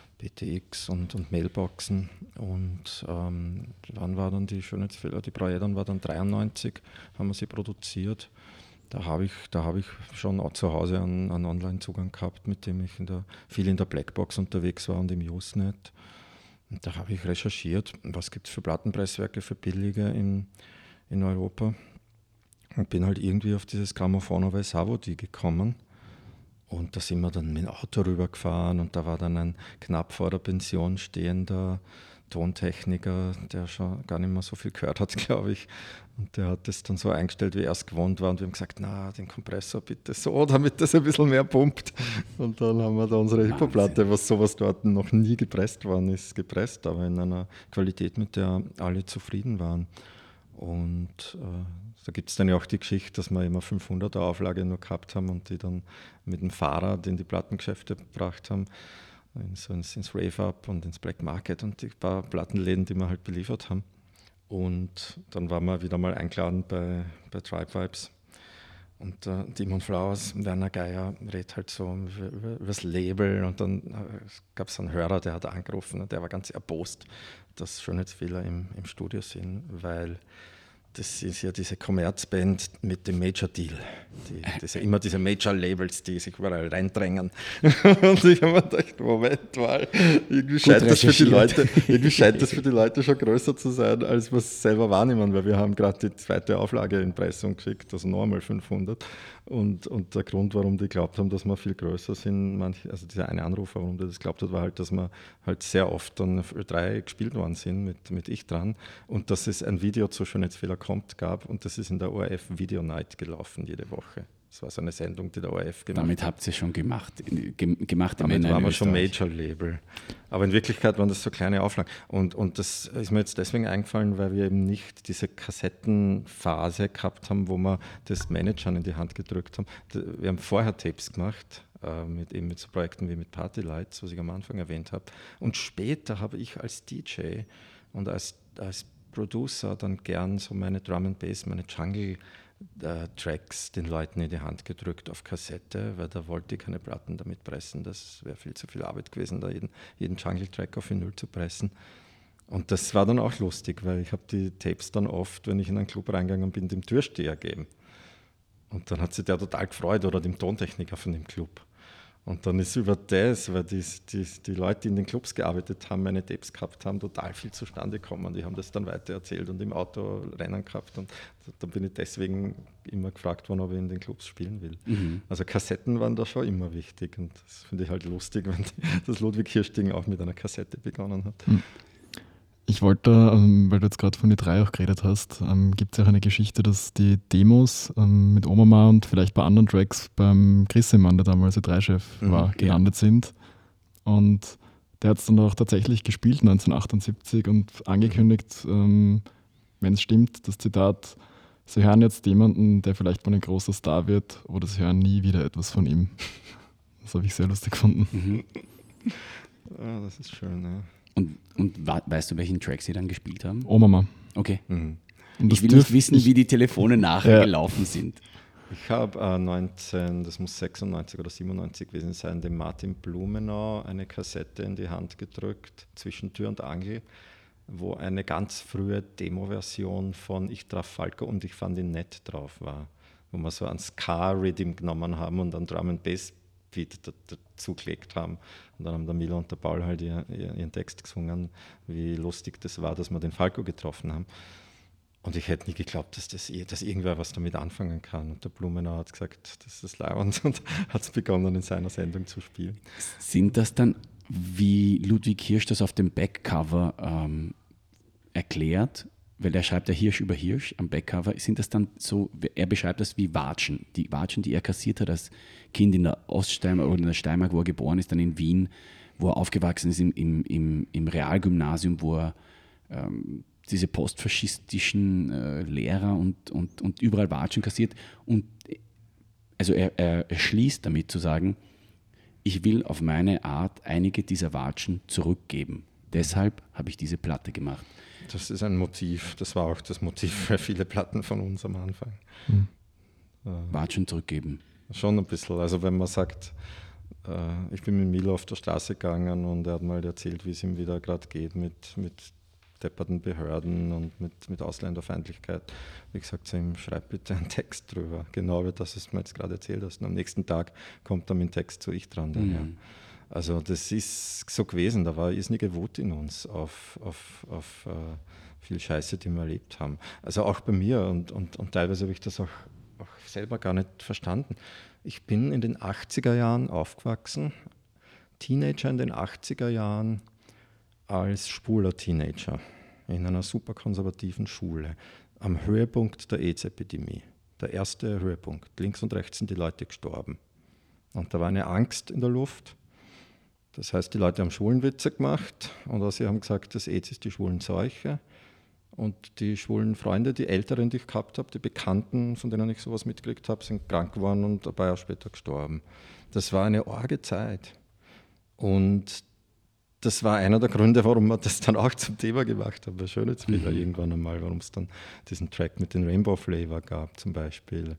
BTX und Mailboxen. Und wann war dann die Schönheitsfehler? Die Projedern war dann 93, haben wir sie produziert. Da habe ich schon zu Hause einen Online-Zugang gehabt, mit dem ich viel in der Blackbox unterwegs war und im Usenet. Und da habe ich recherchiert, was gibt es für Plattenpresswerke für billige in Europa. Und bin halt irgendwie auf dieses Grammophonové Záwody gekommen. Und da sind wir dann mit dem Auto rübergefahren und da war dann ein knapp vor der Pension stehender Tontechniker, der schon gar nicht mehr so viel gehört hat, glaube ich. Und der hat das dann so eingestellt, wie er es gewohnt war. Und wir haben gesagt, na, den Kompressor bitte so, damit das ein bisschen mehr pumpt. Und dann haben wir da unsere Hippo-Platte, was sowas dort noch nie gepresst worden ist, gepresst, aber in einer Qualität, mit der alle zufrieden waren. Und da gibt es dann ja auch die Geschichte, dass wir immer 500er Auflage nur gehabt haben und die dann mit dem Fahrrad in die Plattengeschäfte gebracht haben, ins Rave-Up und ins Black Market und die paar Plattenläden, die wir halt beliefert haben. Und dann waren wir wieder mal eingeladen bei Tribe Vibes. Und Dimon Flowers, Werner Geier, redet halt so über das Label. Und dann gab es einen Hörer, der hat angerufen und der war ganz erbost, dass Schönheitsfehler im Studio sind, weil das ist ja diese Commerzband mit dem Major-Deal. Immer diese Major-Labels, die sich überall reindrängen. Und ich habe mir gedacht, Moment mal, irgendwie scheint das für die Leute schon größer zu sein, als wir es selber wahrnehmen, weil wir haben gerade die zweite Auflage in Pressung geschickt, also noch einmal 500. Und der Grund, warum die geglaubt haben, dass wir viel größer sind, also dieser eine Anrufer, warum der das glaubt hat, war halt, dass wir halt sehr oft dann auf Ö3 gespielt worden sind mit Ich dran und dass es ein Video zu Schönheitsfehler gab und das ist in der ORF Video Night gelaufen jede Woche. Das war so eine Sendung, die der ORF gemacht hat. Damit habt ihr schon gemachte Damit Männer waren wir schon Major-Label. Aber in Wirklichkeit waren das so kleine Auflagen. Und das ist mir jetzt deswegen eingefallen, weil wir eben nicht diese Kassettenphase gehabt haben, wo wir das Managern in die Hand gedrückt haben. Wir haben vorher Tapes gemacht, mit so Projekten wie mit Party Lights, was ich am Anfang erwähnt habe. Und später habe ich als DJ und als Producer dann gern so meine Drum and Bass, meine Jungle-Tracks den Leuten in die Hand gedrückt auf Kassette, weil da wollte ich keine Platten damit pressen. Das wäre viel zu viel Arbeit gewesen, da jeden Jungle-Track auf Vinyl zu pressen. Und das war dann auch lustig, weil ich habe die Tapes dann oft, wenn ich in einen Club reingegangen bin, dem Türsteher gegeben. Und dann hat sich der total gefreut, oder dem Tontechniker von dem Club. Und dann ist über das, weil die Leute, die in den Clubs gearbeitet haben, meine Tapes gehabt haben, total viel zustande gekommen. Die haben das dann weiter erzählt und im Auto Rennen gehabt. Und dann bin ich deswegen immer gefragt worden, ob ich in den Clubs spielen will. Also Kassetten waren da schon immer wichtig. Und das finde ich halt lustig, wenn das Ludwig Hirschding auch mit einer Kassette begonnen hat. Ich wollte, weil du jetzt gerade von die 3 auch geredet hast, gibt es ja auch eine Geschichte, dass die Demos mit Omama und vielleicht bei anderen Tracks beim Chris Simmann, der damals der 3-Chef war, gelandet sind. Und der hat es dann auch tatsächlich gespielt 1978 und angekündigt, wenn es stimmt, das Zitat: Sie hören jetzt jemanden, der vielleicht mal ein großer Star wird, oder Sie hören nie wieder etwas von ihm. Das habe ich sehr lustig gefunden. Ja, das ist schön, ja. Und weißt du, welchen Track sie dann gespielt haben? Omama. Okay. Und Ich will nicht wissen, wie die Telefone nachher gelaufen sind. Ich habe das muss 96 oder 97 gewesen sein, dem Martin Blumenau eine Kassette in die Hand gedrückt, zwischen Tür und Angel, wo eine ganz frühe Demo-Version von Ich traf Falco und ich fand ihn nett drauf war, wo wir so einen Ska-Rhythm genommen haben und einen Drum-and-Bass-Beat dazu gelegt haben. Und dann haben der Milo und der Paul halt ihren Text gesungen, wie lustig das war, dass wir den Falco getroffen haben. Und ich hätte nie geglaubt, dass irgendwer was damit anfangen kann. Und der Blumenau hat gesagt, das ist leibend, und hat es begonnen, in seiner Sendung zu spielen. Sind das dann, wie Ludwig Hirsch das auf dem Backcover erklärt, weil er schreibt ja Hirsch über Hirsch am Backcover, sind das dann so, er beschreibt das wie Watschen. Die Watschen, die er kassiert hat als Kind in der Oststeiermark oder in der Steiermark, wo er geboren ist, dann in Wien, wo er aufgewachsen ist im Realgymnasium, wo er diese postfaschistischen Lehrer und überall Watschen kassiert. Und also er schließt damit zu sagen, ich will auf meine Art einige dieser Watschen zurückgeben. Deshalb habe ich diese Platte gemacht. Das ist ein Motiv, das war auch das Motiv für viele Platten von uns am Anfang. Watschen zurückgeben. Schon ein bisschen, also wenn man sagt, ich bin mit Milo auf der Straße gegangen und er hat mal erzählt, wie es ihm wieder gerade geht mit depperten Behörden und mit Ausländerfeindlichkeit. Wie gesagt, zu ihm, schreib bitte einen Text drüber, genau wie das, was du mir jetzt gerade erzählt hast. Und am nächsten Tag kommt dann mit dem Text zu Ich dran. Daher. Also das ist so gewesen, da war irrsinnige Wut in uns auf viel Scheiße, die wir erlebt haben. Also auch bei mir und teilweise habe ich das auch selber gar nicht verstanden. Ich bin in den 80er Jahren aufgewachsen, Teenager in den 80er Jahren als schwuler Teenager in einer super konservativen Schule am Höhepunkt der AIDS-Epidemie. Der erste Höhepunkt. Links und rechts sind die Leute gestorben. Und da war eine Angst in der Luft. Das heißt, die Leute haben Schwulenwitze gemacht oder sie haben gesagt, das AIDS ist die Schwulenseuche. Und die schwulen Freunde, die Älteren, die ich gehabt habe, die Bekannten, von denen ich sowas mitgekriegt habe, sind krank geworden und ein paar Jahre später gestorben. Das war eine arge Zeit. Und das war einer der Gründe, warum wir das dann auch zum Thema gemacht haben, bei Schönheitsbilder irgendwann einmal, warum es dann diesen Track mit den Rainbow Flavor gab zum Beispiel,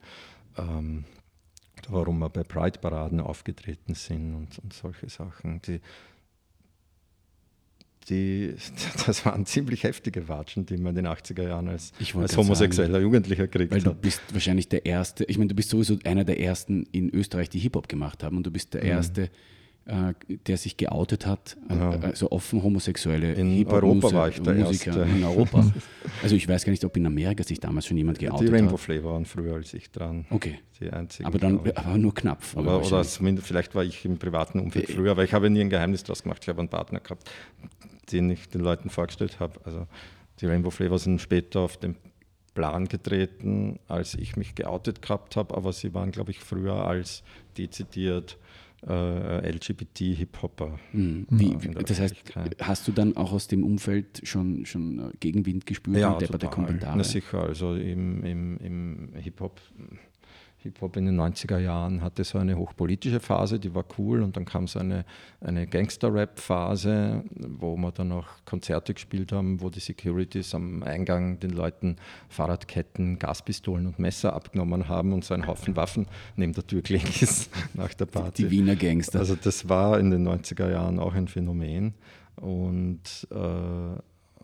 warum wir bei Pride-Paraden aufgetreten sind und solche Sachen. Das waren ziemlich heftige Watschen, die man in den 80er Jahren als homosexueller Jugendlicher kriegt. Weil du bist wahrscheinlich der Erste, ich meine, du bist sowieso einer der Ersten in Österreich, die Hip-Hop gemacht haben und du bist der Erste, der sich geoutet hat, also offen homosexuelle in Europa war ich der Musiker Erste. In Europa. Also ich weiß gar nicht, ob in Amerika sich damals schon jemand geoutet hat. Die Rainbow Flavor waren früher als ich dran. Okay. Die einzigen. Aber nur knapp. Oder zumindest, vielleicht war ich im privaten Umfeld früher, aber ich habe nie ein Geheimnis draus gemacht. Ich habe einen Partner gehabt, den ich den Leuten vorgestellt habe. Also die Rainbow Flavor sind später auf den Plan getreten, als ich mich geoutet gehabt habe, aber sie waren, glaube ich, früher als dezidiert LGBT-Hip-Hopper. Das heißt, hast du dann auch aus dem Umfeld schon Gegenwind gespürt und depperte Kommentare? Na sicher, also im Hip-Hop in den 90er Jahren hatte so eine hochpolitische Phase, die war cool, und dann kam so eine Gangster-Rap-Phase, wo wir dann auch Konzerte gespielt haben, wo die Securities am Eingang den Leuten Fahrradketten, Gaspistolen und Messer abgenommen haben und so ein Haufen Waffen neben der Tür gelegen ist nach der Party. Die Wiener Gangster. Also das war in den 90er Jahren auch ein Phänomen, und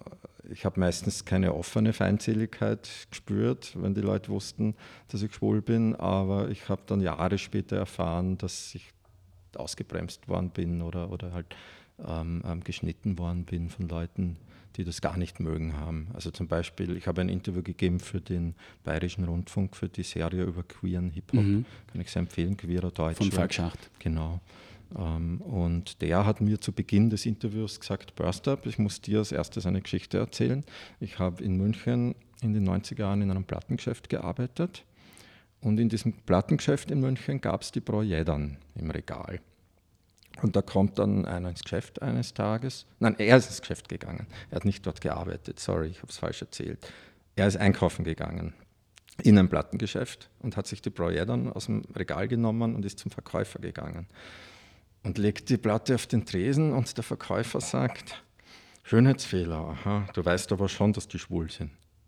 ich habe meistens keine offene Feindseligkeit gespürt, wenn die Leute wussten, dass ich schwul bin, aber ich habe dann Jahre später erfahren, dass ich ausgebremst worden bin oder halt geschnitten worden bin von Leuten, die das gar nicht mögen haben. Also zum Beispiel, ich habe ein Interview gegeben für den Bayerischen Rundfunk, für die Serie über queeren Hip-Hop. Kann ich sehr empfehlen, queerer Deutschland. Von Falk Schacht. Genau. Und der hat mir zu Beginn des Interviews gesagt, Burst Up, ich muss dir als erstes eine Geschichte erzählen. Ich habe in München in den 90er Jahren in einem Plattengeschäft gearbeitet und in diesem Plattengeschäft in München gab es die Brojedern im Regal. Und da kommt dann einer ins Geschäft eines Tages. Nein, er ist ins Geschäft gegangen. Er hat nicht dort gearbeitet, sorry, ich habe es falsch erzählt. Er ist einkaufen gegangen in ein Plattengeschäft und hat sich die Brojedern aus dem Regal genommen und ist zum Verkäufer gegangen. Und legt die Platte auf den Tresen und der Verkäufer sagt, Schönheitsfehler, aha, du weißt aber schon, dass die schwul sind.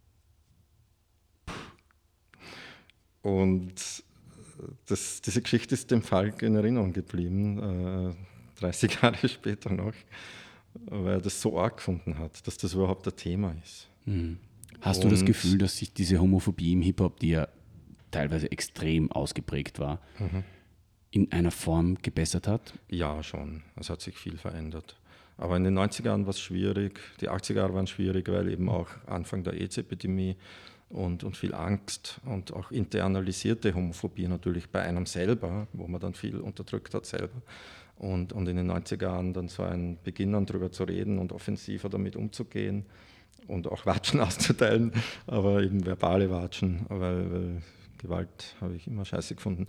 Und diese Geschichte ist dem Falk in Erinnerung geblieben, 30 Jahre später noch, weil er das so arg gefunden hat, dass das überhaupt ein Thema ist. Hast du das Gefühl, dass sich diese Homophobie im Hip-Hop, die ja teilweise extrem ausgeprägt war, in einer Form gebessert hat? Ja, schon. Es hat sich viel verändert. Aber in den 90er Jahren war es schwierig, die 80er Jahre waren schwierig, weil eben auch Anfang der AIDS-Epidemie und viel Angst und auch internalisierte Homophobie natürlich bei einem selber, wo man dann viel unterdrückt hat selber. Und in den 90er Jahren dann so ein Beginn an darüber zu reden und offensiver damit umzugehen und auch Watschen auszuteilen, aber eben verbale Watschen, weil Gewalt habe ich immer scheiße gefunden.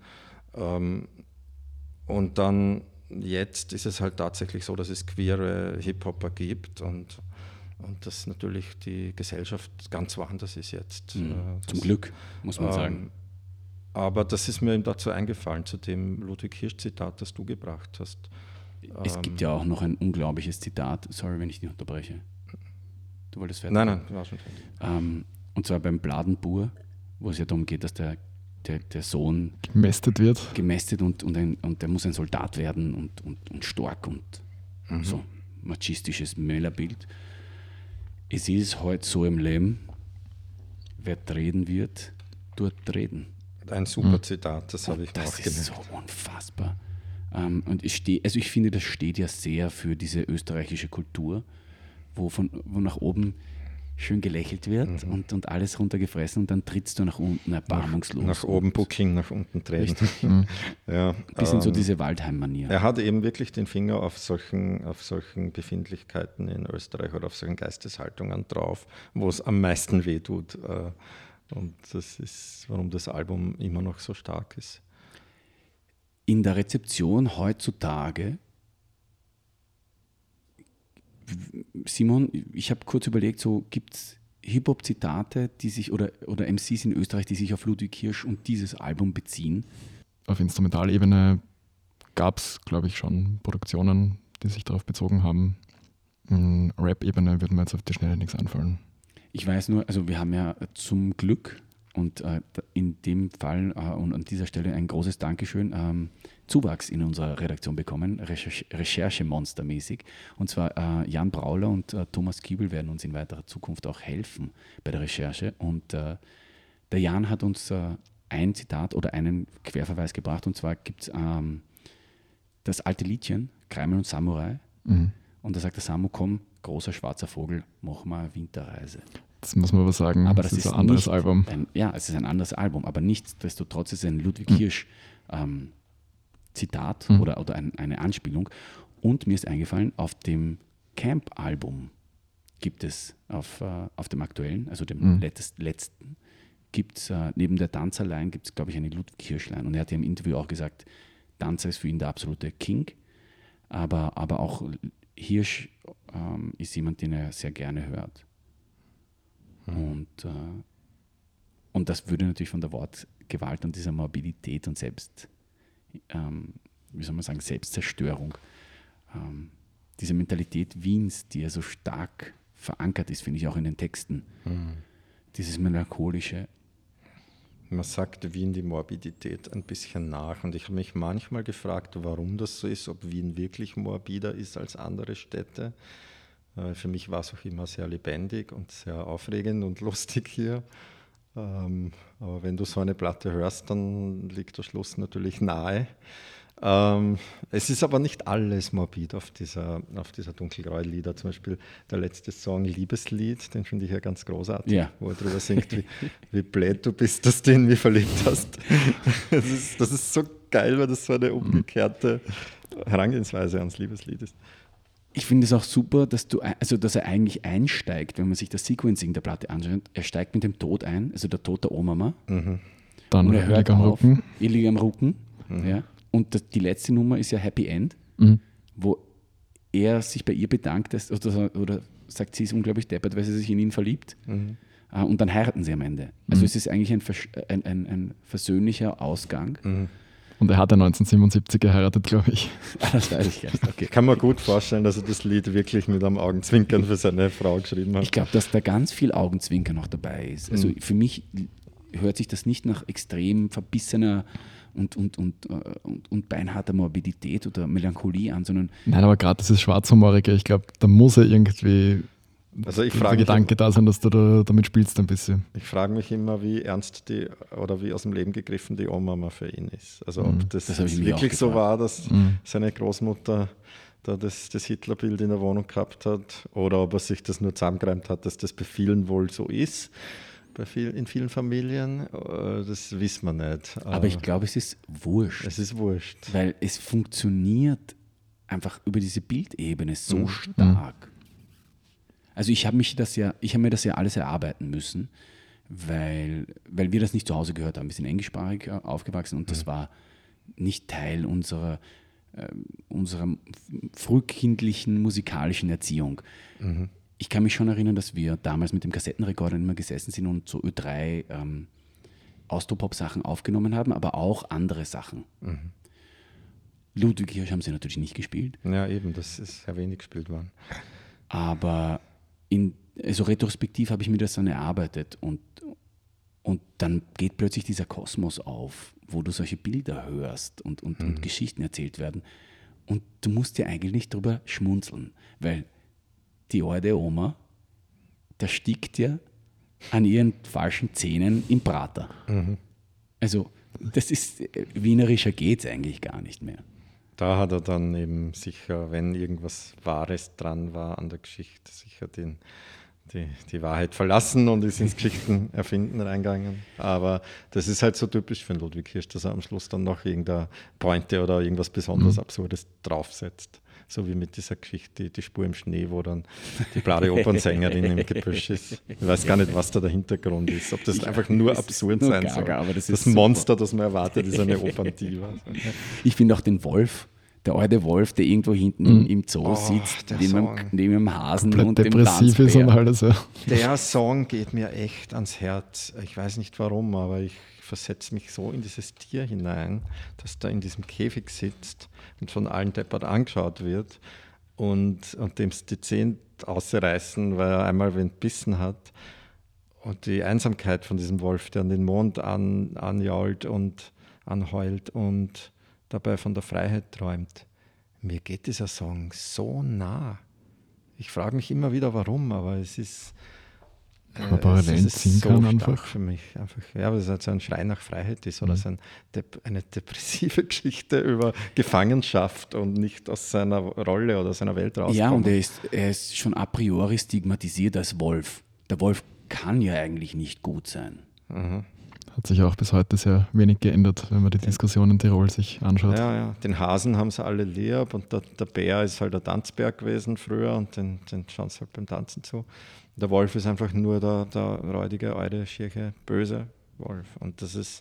Und dann jetzt ist es halt tatsächlich so, dass es queere Hip-Hopper gibt und dass natürlich die Gesellschaft ganz woanders ist jetzt. Zum Glück, muss man sagen. Aber das ist mir eben dazu eingefallen, zu dem Ludwig Hirsch-Zitat, das du gebracht hast. Es gibt ja auch noch ein unglaubliches Zitat, sorry, wenn ich dich unterbreche. Du wolltest fertig? Nein, war schon fertig. Und zwar beim Bladenbur, wo es ja darum geht, dass der Sohn gemästet wird. Gemästet und der muss ein Soldat werden und stark und so machistisches Männerbild. Es ist heute so im Leben, wer treten wird, tut treten. Ein super Zitat, das habe ich mir auch gemerkt. Das ist so unfassbar. Und ich finde, das steht ja sehr für diese österreichische Kultur, wo nach oben schön gelächelt wird und alles runtergefressen und dann trittst du nach unten erbarmungslos. Nach oben Booking, nach unten treten. Ja, bisschen so diese Waldheim-Manier. Er hat eben wirklich den Finger auf solchen Befindlichkeiten in Österreich oder auf solchen Geisteshaltungen drauf, wo es am meisten wehtut. Und das ist, warum das Album immer noch so stark ist. In der Rezeption heutzutage, Simon, ich habe kurz überlegt, so gibt es Hip-Hop-Zitate, die sich oder MCs in Österreich, die sich auf Ludwig Hirsch und dieses Album beziehen? Auf Instrumentalebene gab es, glaube ich, schon Produktionen, die sich darauf bezogen haben. In Rap-Ebene würde mir jetzt auf die Schnelle nichts einfallen. Ich weiß nur, also wir haben ja zum Glück und in dem Fall und an dieser Stelle ein großes Dankeschön, Zuwachs in unserer Redaktion bekommen, Recherchemonstermäßig. Und zwar Jan Brauler und Thomas Kiebel werden uns in weiterer Zukunft auch helfen bei der Recherche. Und der Jan hat uns ein Zitat oder einen Querverweis gebracht. Und zwar gibt es das alte Liedchen, Kreimel und Samurai. Und da sagt der Samu, komm, großer schwarzer Vogel, mach mal eine Winterreise. Das muss man aber sagen, aber das ist ein anderes Album. Es ist ein anderes Album, aber nichtsdestotrotz ist es ein Ludwig Hirsch Zitat oder eine Anspielung. Und mir ist eingefallen, auf dem Camp-Album gibt es, auf dem aktuellen, also dem letzten, gibt es neben der Danzerline, gibt es, glaube ich, eine Ludwig Hirsch-Line. Und er hat ja im Interview auch gesagt, Danzer ist für ihn der absolute King, aber auch Hirsch ist jemand, den er sehr gerne hört. Und das würde natürlich von der Wortgewalt und dieser Morbidität und Selbstzerstörung, diese Mentalität Wiens, die ja so stark verankert ist, finde ich auch in den Texten, dieses melancholische. Man sagt Wien die Morbidität ein bisschen nach und ich habe mich manchmal gefragt, warum das so ist, ob Wien wirklich morbider ist als andere Städte. Für mich war es auch immer sehr lebendig und sehr aufregend und lustig hier. Aber wenn du so eine Platte hörst, dann liegt der Schluss natürlich nahe. Es ist aber nicht alles morbid auf dieser dunkelgrauen Lieder. Zum Beispiel der letzte Song Liebeslied, den finde ich ja ganz großartig, Ja. wo er drüber singt, wie blöd du bist, dass du in mich verliebt hast. Das ist so geil, weil das so eine umgekehrte Herangehensweise ans Liebeslied ist. Ich finde es auch super, dass er eigentlich einsteigt, wenn man sich das Sequencing der Platte anschaut. Er steigt mit dem Tod ein, also der Tod der Oma. Dann Und er hört am auf, Rücken. Illig am Rücken. Ja. Und die letzte Nummer ist ja Happy End, wo er sich bei ihr bedankt oder sagt, sie ist unglaublich deppert, weil sie sich in ihn verliebt. Und dann heiraten sie am Ende. Also es ist eigentlich ein versöhnlicher Ausgang. Und er hat ja 1977 geheiratet, glaube ich. Das weiß ich gar nicht. Okay. Ich kann mir gut vorstellen, dass er das Lied wirklich mit einem Augenzwinkern für seine Frau geschrieben hat. Ich glaube, dass da ganz viel Augenzwinkern noch dabei ist. Also für mich hört sich das nicht nach extrem verbissener und beinharter Morbidität oder Melancholie an, sondern Nein, aber gerade dieses Schwarzhumorige, ich glaube, da muss ja irgendwie Also ich der frage Gedanke da sein, dass du da damit spielst ein bisschen. Ich frage mich immer, wie ernst oder wie aus dem Leben gegriffen die Oma für ihn ist. Also ob das habe ich mich wirklich auch so gefragt. war, dass seine Großmutter da das Hitlerbild in der Wohnung gehabt hat oder ob er sich das nur zusammengereimt hat, dass das bei vielen wohl so ist. In vielen Familien, das wissen wir nicht. aber ich glaube, es ist wurscht. Es ist wurscht. Weil es funktioniert einfach über diese Bildebene so stark. Also ich habe mir das ja alles erarbeiten müssen, weil wir das nicht zu Hause gehört haben. Wir sind englischsprachig aufgewachsen und das war nicht Teil unserer frühkindlichen musikalischen Erziehung. Ich kann mich schon erinnern, dass wir damals mit dem Kassettenrekorder immer gesessen sind und so Ö3 Austropop-Sachen aufgenommen haben, aber auch andere Sachen. Ludwig Hirsch haben sie natürlich nicht gespielt, Ja, eben, das ist sehr wenig gespielt worden. aber also retrospektiv habe ich mir das dann erarbeitet und dann geht plötzlich dieser Kosmos auf, wo du solche Bilder hörst und Geschichten erzählt werden und du musst dir eigentlich nicht drüber schmunzeln, weil die alte Oma, der stickt ja an ihren falschen Zähnen im Prater. Also das ist, wienerischer geht es eigentlich gar nicht mehr. Da hat er dann eben sicher, wenn irgendwas Wahres dran war an der Geschichte, sicher die Wahrheit verlassen und ist ins Geschichtenerfinden reingegangen. Aber das ist halt so typisch für Ludwig Hirsch, dass er am Schluss dann noch irgendeine Pointe oder irgendwas besonders Absurdes draufsetzt. So wie mit dieser Geschichte, die Spur im Schnee, wo dann die blaue Opernsängerin im Gebüsch ist. Ich weiß gar nicht, was da der Hintergrund ist. Ob das einfach nur absurd nur sein gaga, soll. aber das Das ist Monster, das man erwartet, ist eine Operndiva. Ich finde auch den Wolf, der alte Wolf, der irgendwo hinten im Zoo Oh, sitzt, der neben Song. dem Hasen Komplett und dem depressiv ist und Tanzbär. alles. Ja. Der Song geht mir echt ans Herz. Ich weiß nicht warum, aber ich versetze mich so in dieses Tier hinein, das da in diesem Käfig sitzt und von allen deppert angeschaut wird und dem die Zähne ausreißen, weil er einmal wen bissen hat. Und die Einsamkeit von diesem Wolf, der an den Mond anjault und anheult und dabei von der Freiheit träumt. Mir geht dieser Song so nah. Ich frage mich immer wieder, warum, aber es ist man Parallelen ziehen kann stark einfach. für mich. Ja, weil es halt so ein Schrei nach Freiheit ist oder so eine depressive Geschichte über Gefangenschaft und nicht aus seiner Rolle oder seiner Welt rauskommen. Ja, und er ist schon a priori stigmatisiert als Wolf. Der Wolf kann ja eigentlich nicht gut sein. Hat sich auch bis heute sehr wenig geändert, wenn man die Diskussion in Tirol sich anschaut. Ja. Den Hasen haben sie alle lieb und der Bär ist halt der Tanzbär gewesen früher und den schauen sie halt beim Tanzen zu. Der Wolf ist einfach nur der räudige, alte, schiere, böse Wolf. Und das ist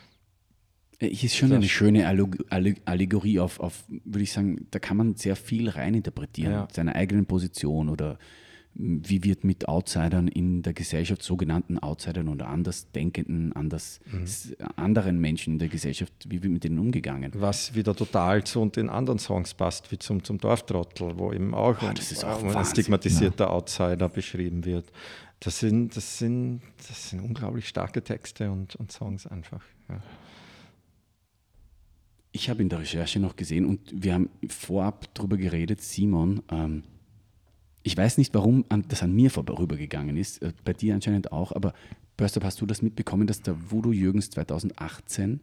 Ist schon eine schöne Allegorie auf, würde ich sagen, da kann man sehr viel reininterpretieren, Ja. seiner eigenen Position oder wie wird mit Outsidern in der Gesellschaft, sogenannten Outsidern oder Andersdenkenden, anderen Menschen in der Gesellschaft, wie wird mit denen umgegangen? was wieder total zu den anderen Songs passt, wie zum Dorftrottel, wo eben auch das ist auch ein Wahnsinn. stigmatisierter Outsider beschrieben wird. Das sind unglaublich starke Texte und Songs einfach. Ja. Ich habe in der Recherche noch gesehen und wir haben vorab darüber geredet, Simon, Ich weiß nicht, warum das an mir vorübergegangen ist, bei dir anscheinend auch, aber Börster, hast du das mitbekommen, dass der Voodoo Jürgens 2018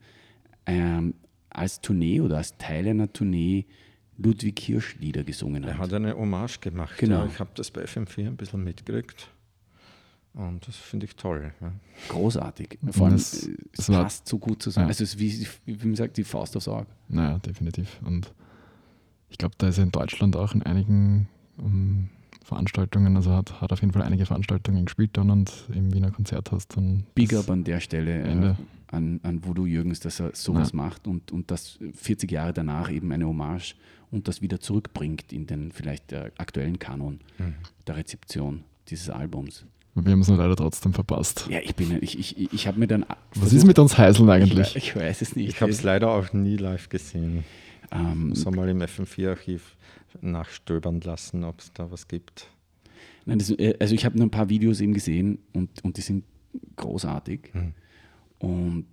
als Tournee oder als Teil einer Tournee Ludwig Hirsch Lieder gesungen Er hat? hat eine Hommage gemacht. Genau. Ja, ich habe das bei FM4 ein bisschen mitgekriegt. Und das finde ich toll. Ja. Großartig. Vor allem, Es es war- passt so gut zusammen. Ja. Also es ist wie man sagt, die Faust aufs Auge. Naja, definitiv. Und ich glaube, da ist er in Deutschland auch in einigen Veranstaltungen, also hat auf jeden Fall einige Veranstaltungen gespielt dann und im Wiener Konzerthaus dann. Big up an der Stelle Ende. an Voodoo Jürgens, dass er sowas macht und das 40 Jahre danach eben eine Hommage und das wieder zurückbringt in den vielleicht aktuellen Kanon der Rezeption dieses Albums. Wir haben es nur leider trotzdem verpasst. Ja, ich habe mir dann. Was ist mit uns Heiseln eigentlich? Ich weiß es nicht. Ich habe es leider auch nie live gesehen. Ähm, So mal im FM4-Archiv nachstöbern lassen, ob es da was gibt. Nein, also ich habe nur ein paar Videos eben gesehen und die sind großartig. Und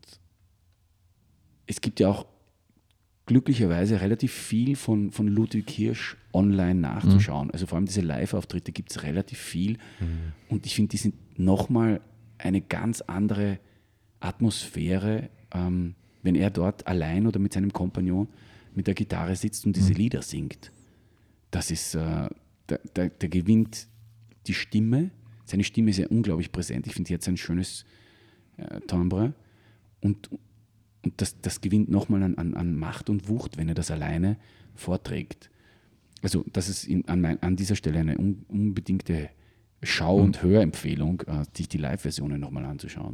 es gibt ja auch glücklicherweise relativ viel von Ludwig Hirsch online nachzuschauen. Also vor allem diese Live-Auftritte gibt es relativ viel. Und ich finde, die sind nochmal eine ganz andere Atmosphäre, wenn er dort allein oder mit seinem Kompagnon mit der Gitarre sitzt und diese Lieder singt. Das ist, der gewinnt die Stimme. Seine Stimme ist ja unglaublich präsent. Ich finde, die hat ein schönes Timbre. Und das gewinnt nochmal an Macht und Wucht, wenn er das alleine vorträgt. Also das ist an dieser Stelle eine unbedingte Schau- und Hörempfehlung, sich die Live-Versionen nochmal anzuschauen.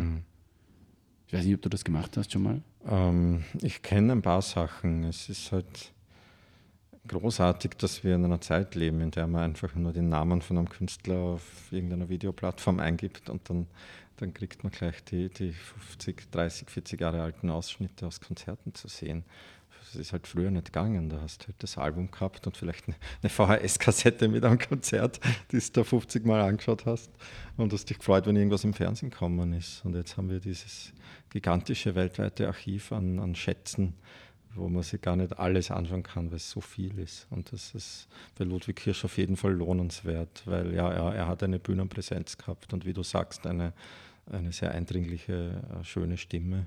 Ich weiß nicht, ob du das gemacht hast schon mal. Ich kenne ein paar Sachen. Es ist halt großartig, dass wir in einer Zeit leben, in der man einfach nur den Namen von einem Künstler auf irgendeiner Videoplattform eingibt und dann kriegt man gleich die 50, 30, 40 Jahre alten Ausschnitte aus Konzerten zu sehen. Das ist halt früher nicht gegangen. Da hast du halt das Album gehabt und vielleicht eine VHS-Kassette mit einem Konzert, die du da 50 Mal angeschaut hast und hast dich gefreut, wenn irgendwas im Fernsehen gekommen ist. Und jetzt haben wir dieses gigantische weltweite Archiv an Schätzen, wo man sich gar nicht alles anschauen kann, weil es so viel ist. Und das ist bei Ludwig Hirsch auf jeden Fall lohnenswert, weil ja, er hat eine Bühnenpräsenz gehabt und wie du sagst, eine sehr eindringliche, schöne Stimme.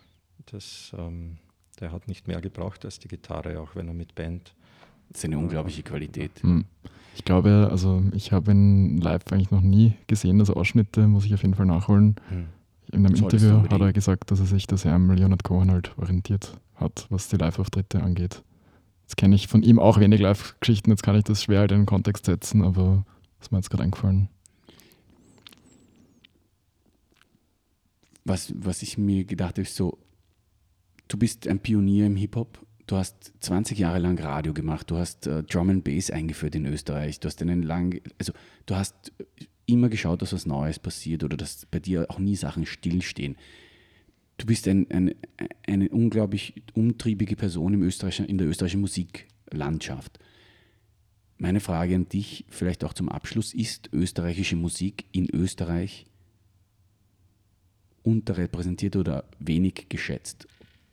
Der hat nicht mehr gebraucht als die Gitarre, auch wenn er mit Band. Das ist eine unglaubliche Qualität. Ich glaube, also ich habe ihn live eigentlich noch nie gesehen, also Ausschnitte muss ich auf jeden Fall nachholen. In einem Solltest du Interview unbedingt. hat er gesagt, dass er sich da sehr am Leonard Cohen halt orientiert hat, was die Live-Auftritte angeht. Jetzt kenne ich von ihm auch wenig Live-Geschichten, jetzt kann ich das schwer halt in den Kontext setzen, aber das ist mir jetzt gerade eingefallen. Was ich mir gedacht habe, ist so, du bist ein Pionier im Hip-Hop, du hast 20 Jahre lang Radio gemacht, du hast Drum and Bass eingeführt in Österreich, du hast immer geschaut, dass was Neues passiert oder dass bei dir auch nie Sachen stillstehen. Du bist eine unglaublich umtriebige Person in der österreichischen Musiklandschaft. Meine Frage an dich, vielleicht auch zum Abschluss, ist österreichische Musik in Österreich unterrepräsentiert oder wenig geschätzt?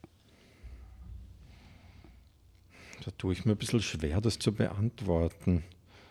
Da tue ich mir ein bisschen schwer, das zu beantworten.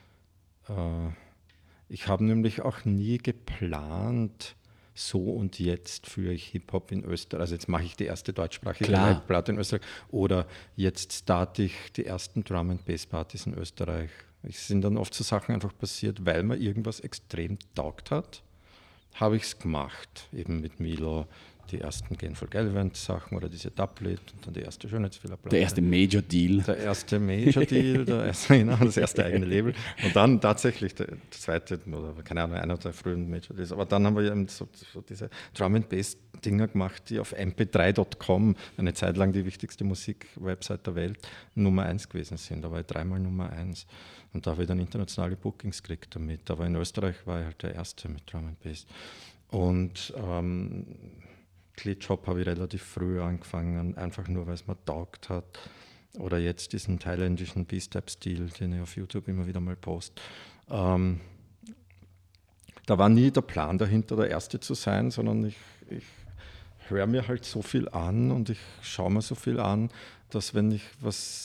Ich habe nämlich auch nie geplant, so und jetzt führe ich Hip-Hop in Österreich. Also jetzt mache ich die erste deutschsprachige Platte in Österreich oder jetzt starte ich die ersten Drum-and-Bass-Partys in Österreich. Es sind dann oft so Sachen einfach passiert, weil mir irgendwas extrem taugt hat, habe ich es gemacht. Eben mit Milo, die ersten Gainful Galvant Sachen oder diese Doublet und dann die erste Schönheitsfehlerplatte. Der erste Major Deal. Der erste Major Deal, das erste eigene Label. Und dann tatsächlich der zweite, oder keine Ahnung, einer der frühen Major Deals. Aber dann haben wir eben so diese Drum-and-Bass-Dinger gemacht, die auf mp3.com, eine Zeit lang die wichtigste Musik-Website der Welt, Nummer 1 gewesen sind. Da war ich 3-mal Nummer 1. Und da habe ich dann internationale Bookings gekriegt damit. Aber in Österreich war ich halt der Erste mit Drum-and-Bass. Und Klitschop habe ich relativ früh angefangen, einfach nur, weil es mir taugt hat. Oder jetzt diesen thailändischen B-Step-Stil, den ich auf YouTube immer wieder mal poste. Da war nie der Plan dahinter, der Erste zu sein, sondern ich höre mir halt so viel an und ich schaue mir so viel an, dass wenn mich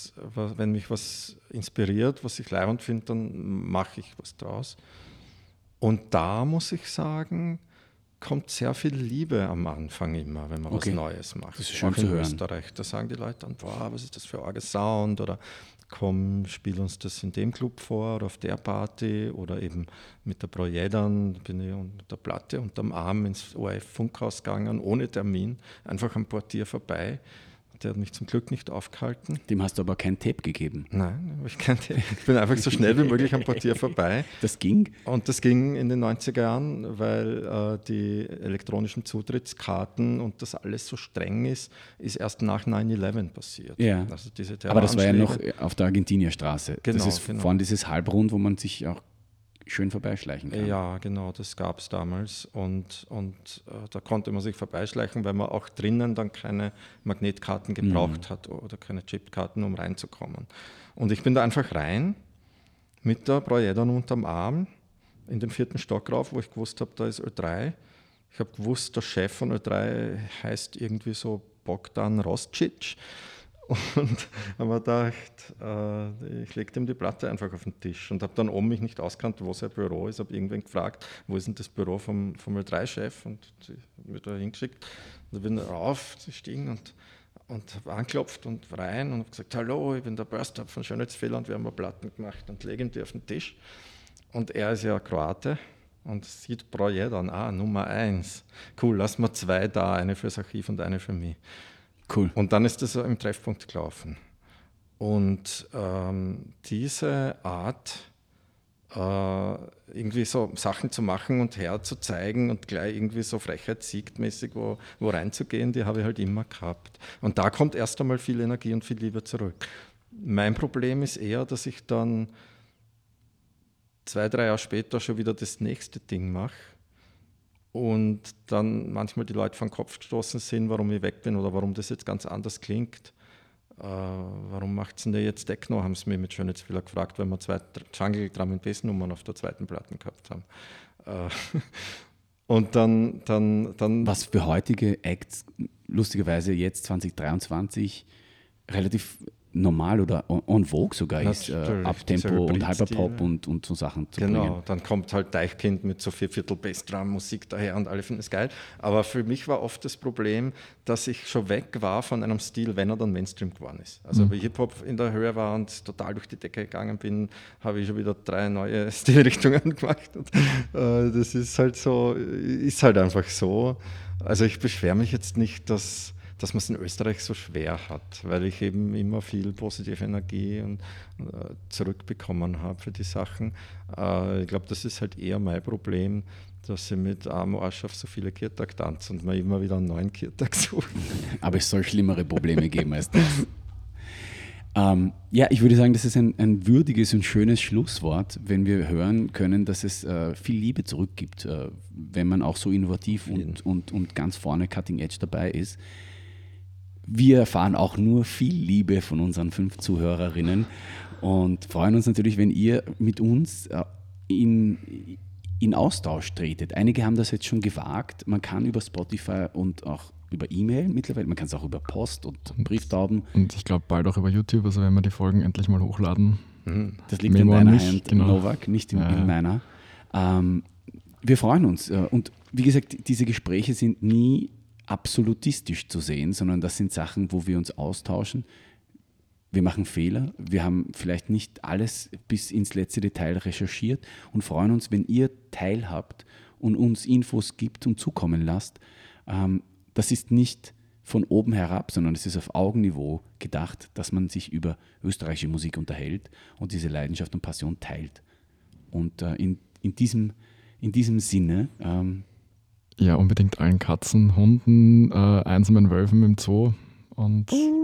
was inspiriert, was ich leibend finde, dann mache ich was draus. Und da muss ich sagen, kommt sehr viel Liebe am Anfang immer, wenn man was Neues macht. Das ist schön auch zu in hören. Österreich, da sagen die Leute dann, boah, was ist das für ein arger Sound, oder komm, spiel uns das in dem Club vor oder auf der Party, oder eben mit der Projedern bin ich unter der Platte unterm Arm ins ORF-Funkhaus gegangen, ohne Termin, einfach am Portier vorbei. Der hat mich zum Glück nicht aufgehalten. Dem hast du aber kein Tape gegeben. Nein, habe ich kein Tape. Ich bin einfach so schnell wie möglich am Portier vorbei. Das ging? Und das ging in den 90er Jahren, weil die elektronischen Zutrittskarten und das alles so streng ist erst nach 9/11 passiert. Ja. Also diese Aber das war ja noch Terroranschläge. auf der Argentinierstraße. Genau, das ist vorne dieses Halbrund, wo man sich auch schön vorbeischleichen kann. Ja, genau, das gab es damals. Und da konnte man sich vorbeischleichen, weil man auch drinnen dann keine Magnetkarten gebraucht hat oder keine Chipkarten, um reinzukommen. Und ich bin da einfach rein mit der Projedern unterm Arm in den 4. Stock rauf, wo ich gewusst habe, da ist Ö3. Ich habe gewusst, der Chef von Ö3 heißt irgendwie so Bogdan Roscic. Und habe mir gedacht, ich lege ihm die Platte einfach auf den Tisch und habe dann mich nicht auskannt, wo sein Büro ist. Habe irgendwen gefragt, wo ist denn das Büro vom Ö3-Chef, und die haben mir da hingeschickt. Und da bin ich raufgestiegen und habe angeklopft und rein und habe gesagt, hallo, ich bin der Burst-Up von Schönheitsfehler und wir haben eine Platten gemacht, und lege ihm die auf den Tisch. Und er ist ja Kroate und sieht Projedern, Nummer 1. Cool, lass mal 2 da, eine fürs Archiv und eine für mich. Cool. Und dann ist das so im Treffpunkt gelaufen. Und diese Art, irgendwie so Sachen zu machen und herzuzeigen und gleich irgendwie so frechheitssiegtmäßig wo reinzugehen, die habe ich halt immer gehabt. Und da kommt erst einmal viel Energie und viel Liebe zurück. Mein Problem ist eher, dass ich dann 2, 3 Jahre später schon wieder das nächste Ding mache. Und dann manchmal die Leute vor den Kopf gestoßen sind, warum ich weg bin oder warum das jetzt ganz anders klingt. Warum macht es denn jetzt Techno, haben sie mich mit Schönheitsfehler gefragt, weil wir 2 Jungle Drum and Bass Nummern auf der 2. Platte gehabt haben. Und dann was für heutige Acts lustigerweise jetzt 2023 relativ normal oder en vogue sogar ist, Uptempo und Hyperpop und so Sachen zu genau, bringen. Dann kommt halt Deichkind mit so 4/4 Bassdrum-Musik daher und alle finden es geil. Aber für mich war oft das Problem, dass ich schon weg war von einem Stil, wenn er dann Mainstream geworden ist. Also wie Hip-Hop in der Höhe war und total durch die Decke gegangen bin, habe ich schon wieder 3 neue Stilrichtungen gemacht. Und, das ist halt so, ist halt einfach so. Also ich beschwere mich jetzt nicht, dass man es in Österreich so schwer hat, weil ich eben immer viel positive Energie zurückbekommen habe für die Sachen. Ich glaube, das ist halt eher mein Problem, dass ich mit Arm Arsch auf so viele Kirtag tanze und man immer wieder einen neuen Kirtag sucht. Aber es soll schlimmere Probleme geben als das. Ja, ich würde sagen, das ist ein würdiges und schönes Schlusswort, wenn wir hören können, dass es viel Liebe zurückgibt, wenn man auch so innovativ und ganz vorne Cutting Edge dabei ist. Wir erfahren auch nur viel Liebe von unseren 5 Zuhörerinnen und freuen uns natürlich, wenn ihr mit uns in Austausch tretet. Einige haben das jetzt schon gewagt. Man kann über Spotify und auch über E-Mail mittlerweile, man kann es auch über Post und Brieftauben. Und ich glaube bald auch über YouTube, also wenn wir die Folgen endlich mal hochladen. Das liegt Memo in deiner nicht, Hand, genau. Novak, nicht in meiner. Wir freuen uns. Und wie gesagt, diese Gespräche sind nie absolutistisch zu sehen, sondern das sind Sachen, wo wir uns austauschen. Wir machen Fehler, wir haben vielleicht nicht alles bis ins letzte Detail recherchiert und freuen uns, wenn ihr teilhabt und uns Infos gibt und zukommen lasst. Das ist nicht von oben herab, sondern es ist auf Augenniveau gedacht, dass man sich über österreichische Musik unterhält und diese Leidenschaft und Passion teilt. Und in diesem Sinne Ja, unbedingt allen Katzen, Hunden, einsamen Wölfen im Zoo und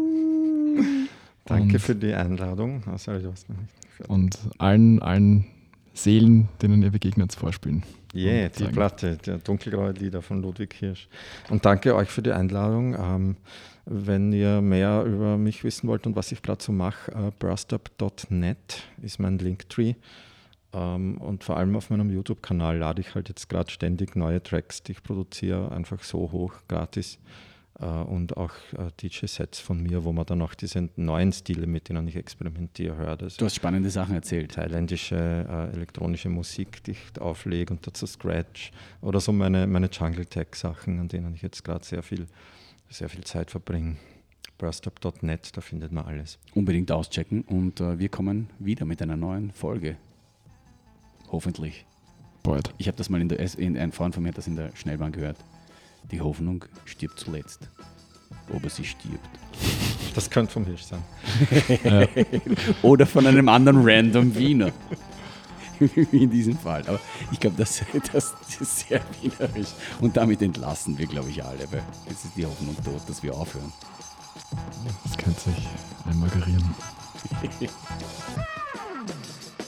Danke für die Einladung. Also, ich weiß noch nicht. Und allen Seelen, denen ihr begegnet, vorspielen. Die zeigen. Platte, der dunkelgraue Lieder von Ludwig Hirsch. Und danke euch für die Einladung. Wenn ihr mehr über mich wissen wollt und was ich gerade so mache, burstup.net ist mein Linktree. Und vor allem auf meinem YouTube-Kanal lade ich halt jetzt gerade ständig neue Tracks, die ich produziere, einfach so hoch, gratis. Und auch DJ-Sets von mir, wo man dann auch diese neuen Stile, mit denen ich experimentiere, hört. Also Du hast spannende Sachen erzählt. thailändische elektronische Musik, die ich auflege und dazu Scratch. Oder so meine Jungle-Tech-Sachen, an denen ich jetzt gerade sehr viel Zeit verbringe. burstup.net, da findet man alles. Unbedingt auschecken und wir kommen wieder mit einer neuen Folge. Hoffentlich. Bald. Ich habe das mal ein Freund von mir hat das in der Schnellbahn gehört. Die Hoffnung stirbt zuletzt. Aber sie stirbt. Das könnte vom Hirsch sein. Oder von einem anderen random Wiener. Wie in diesem Fall. Aber ich glaube, das ist sehr wienerisch. Und damit entlassen wir, glaube ich, alle. Weil jetzt ist die Hoffnung tot, dass wir aufhören. Das könnte sich einmal gerieren.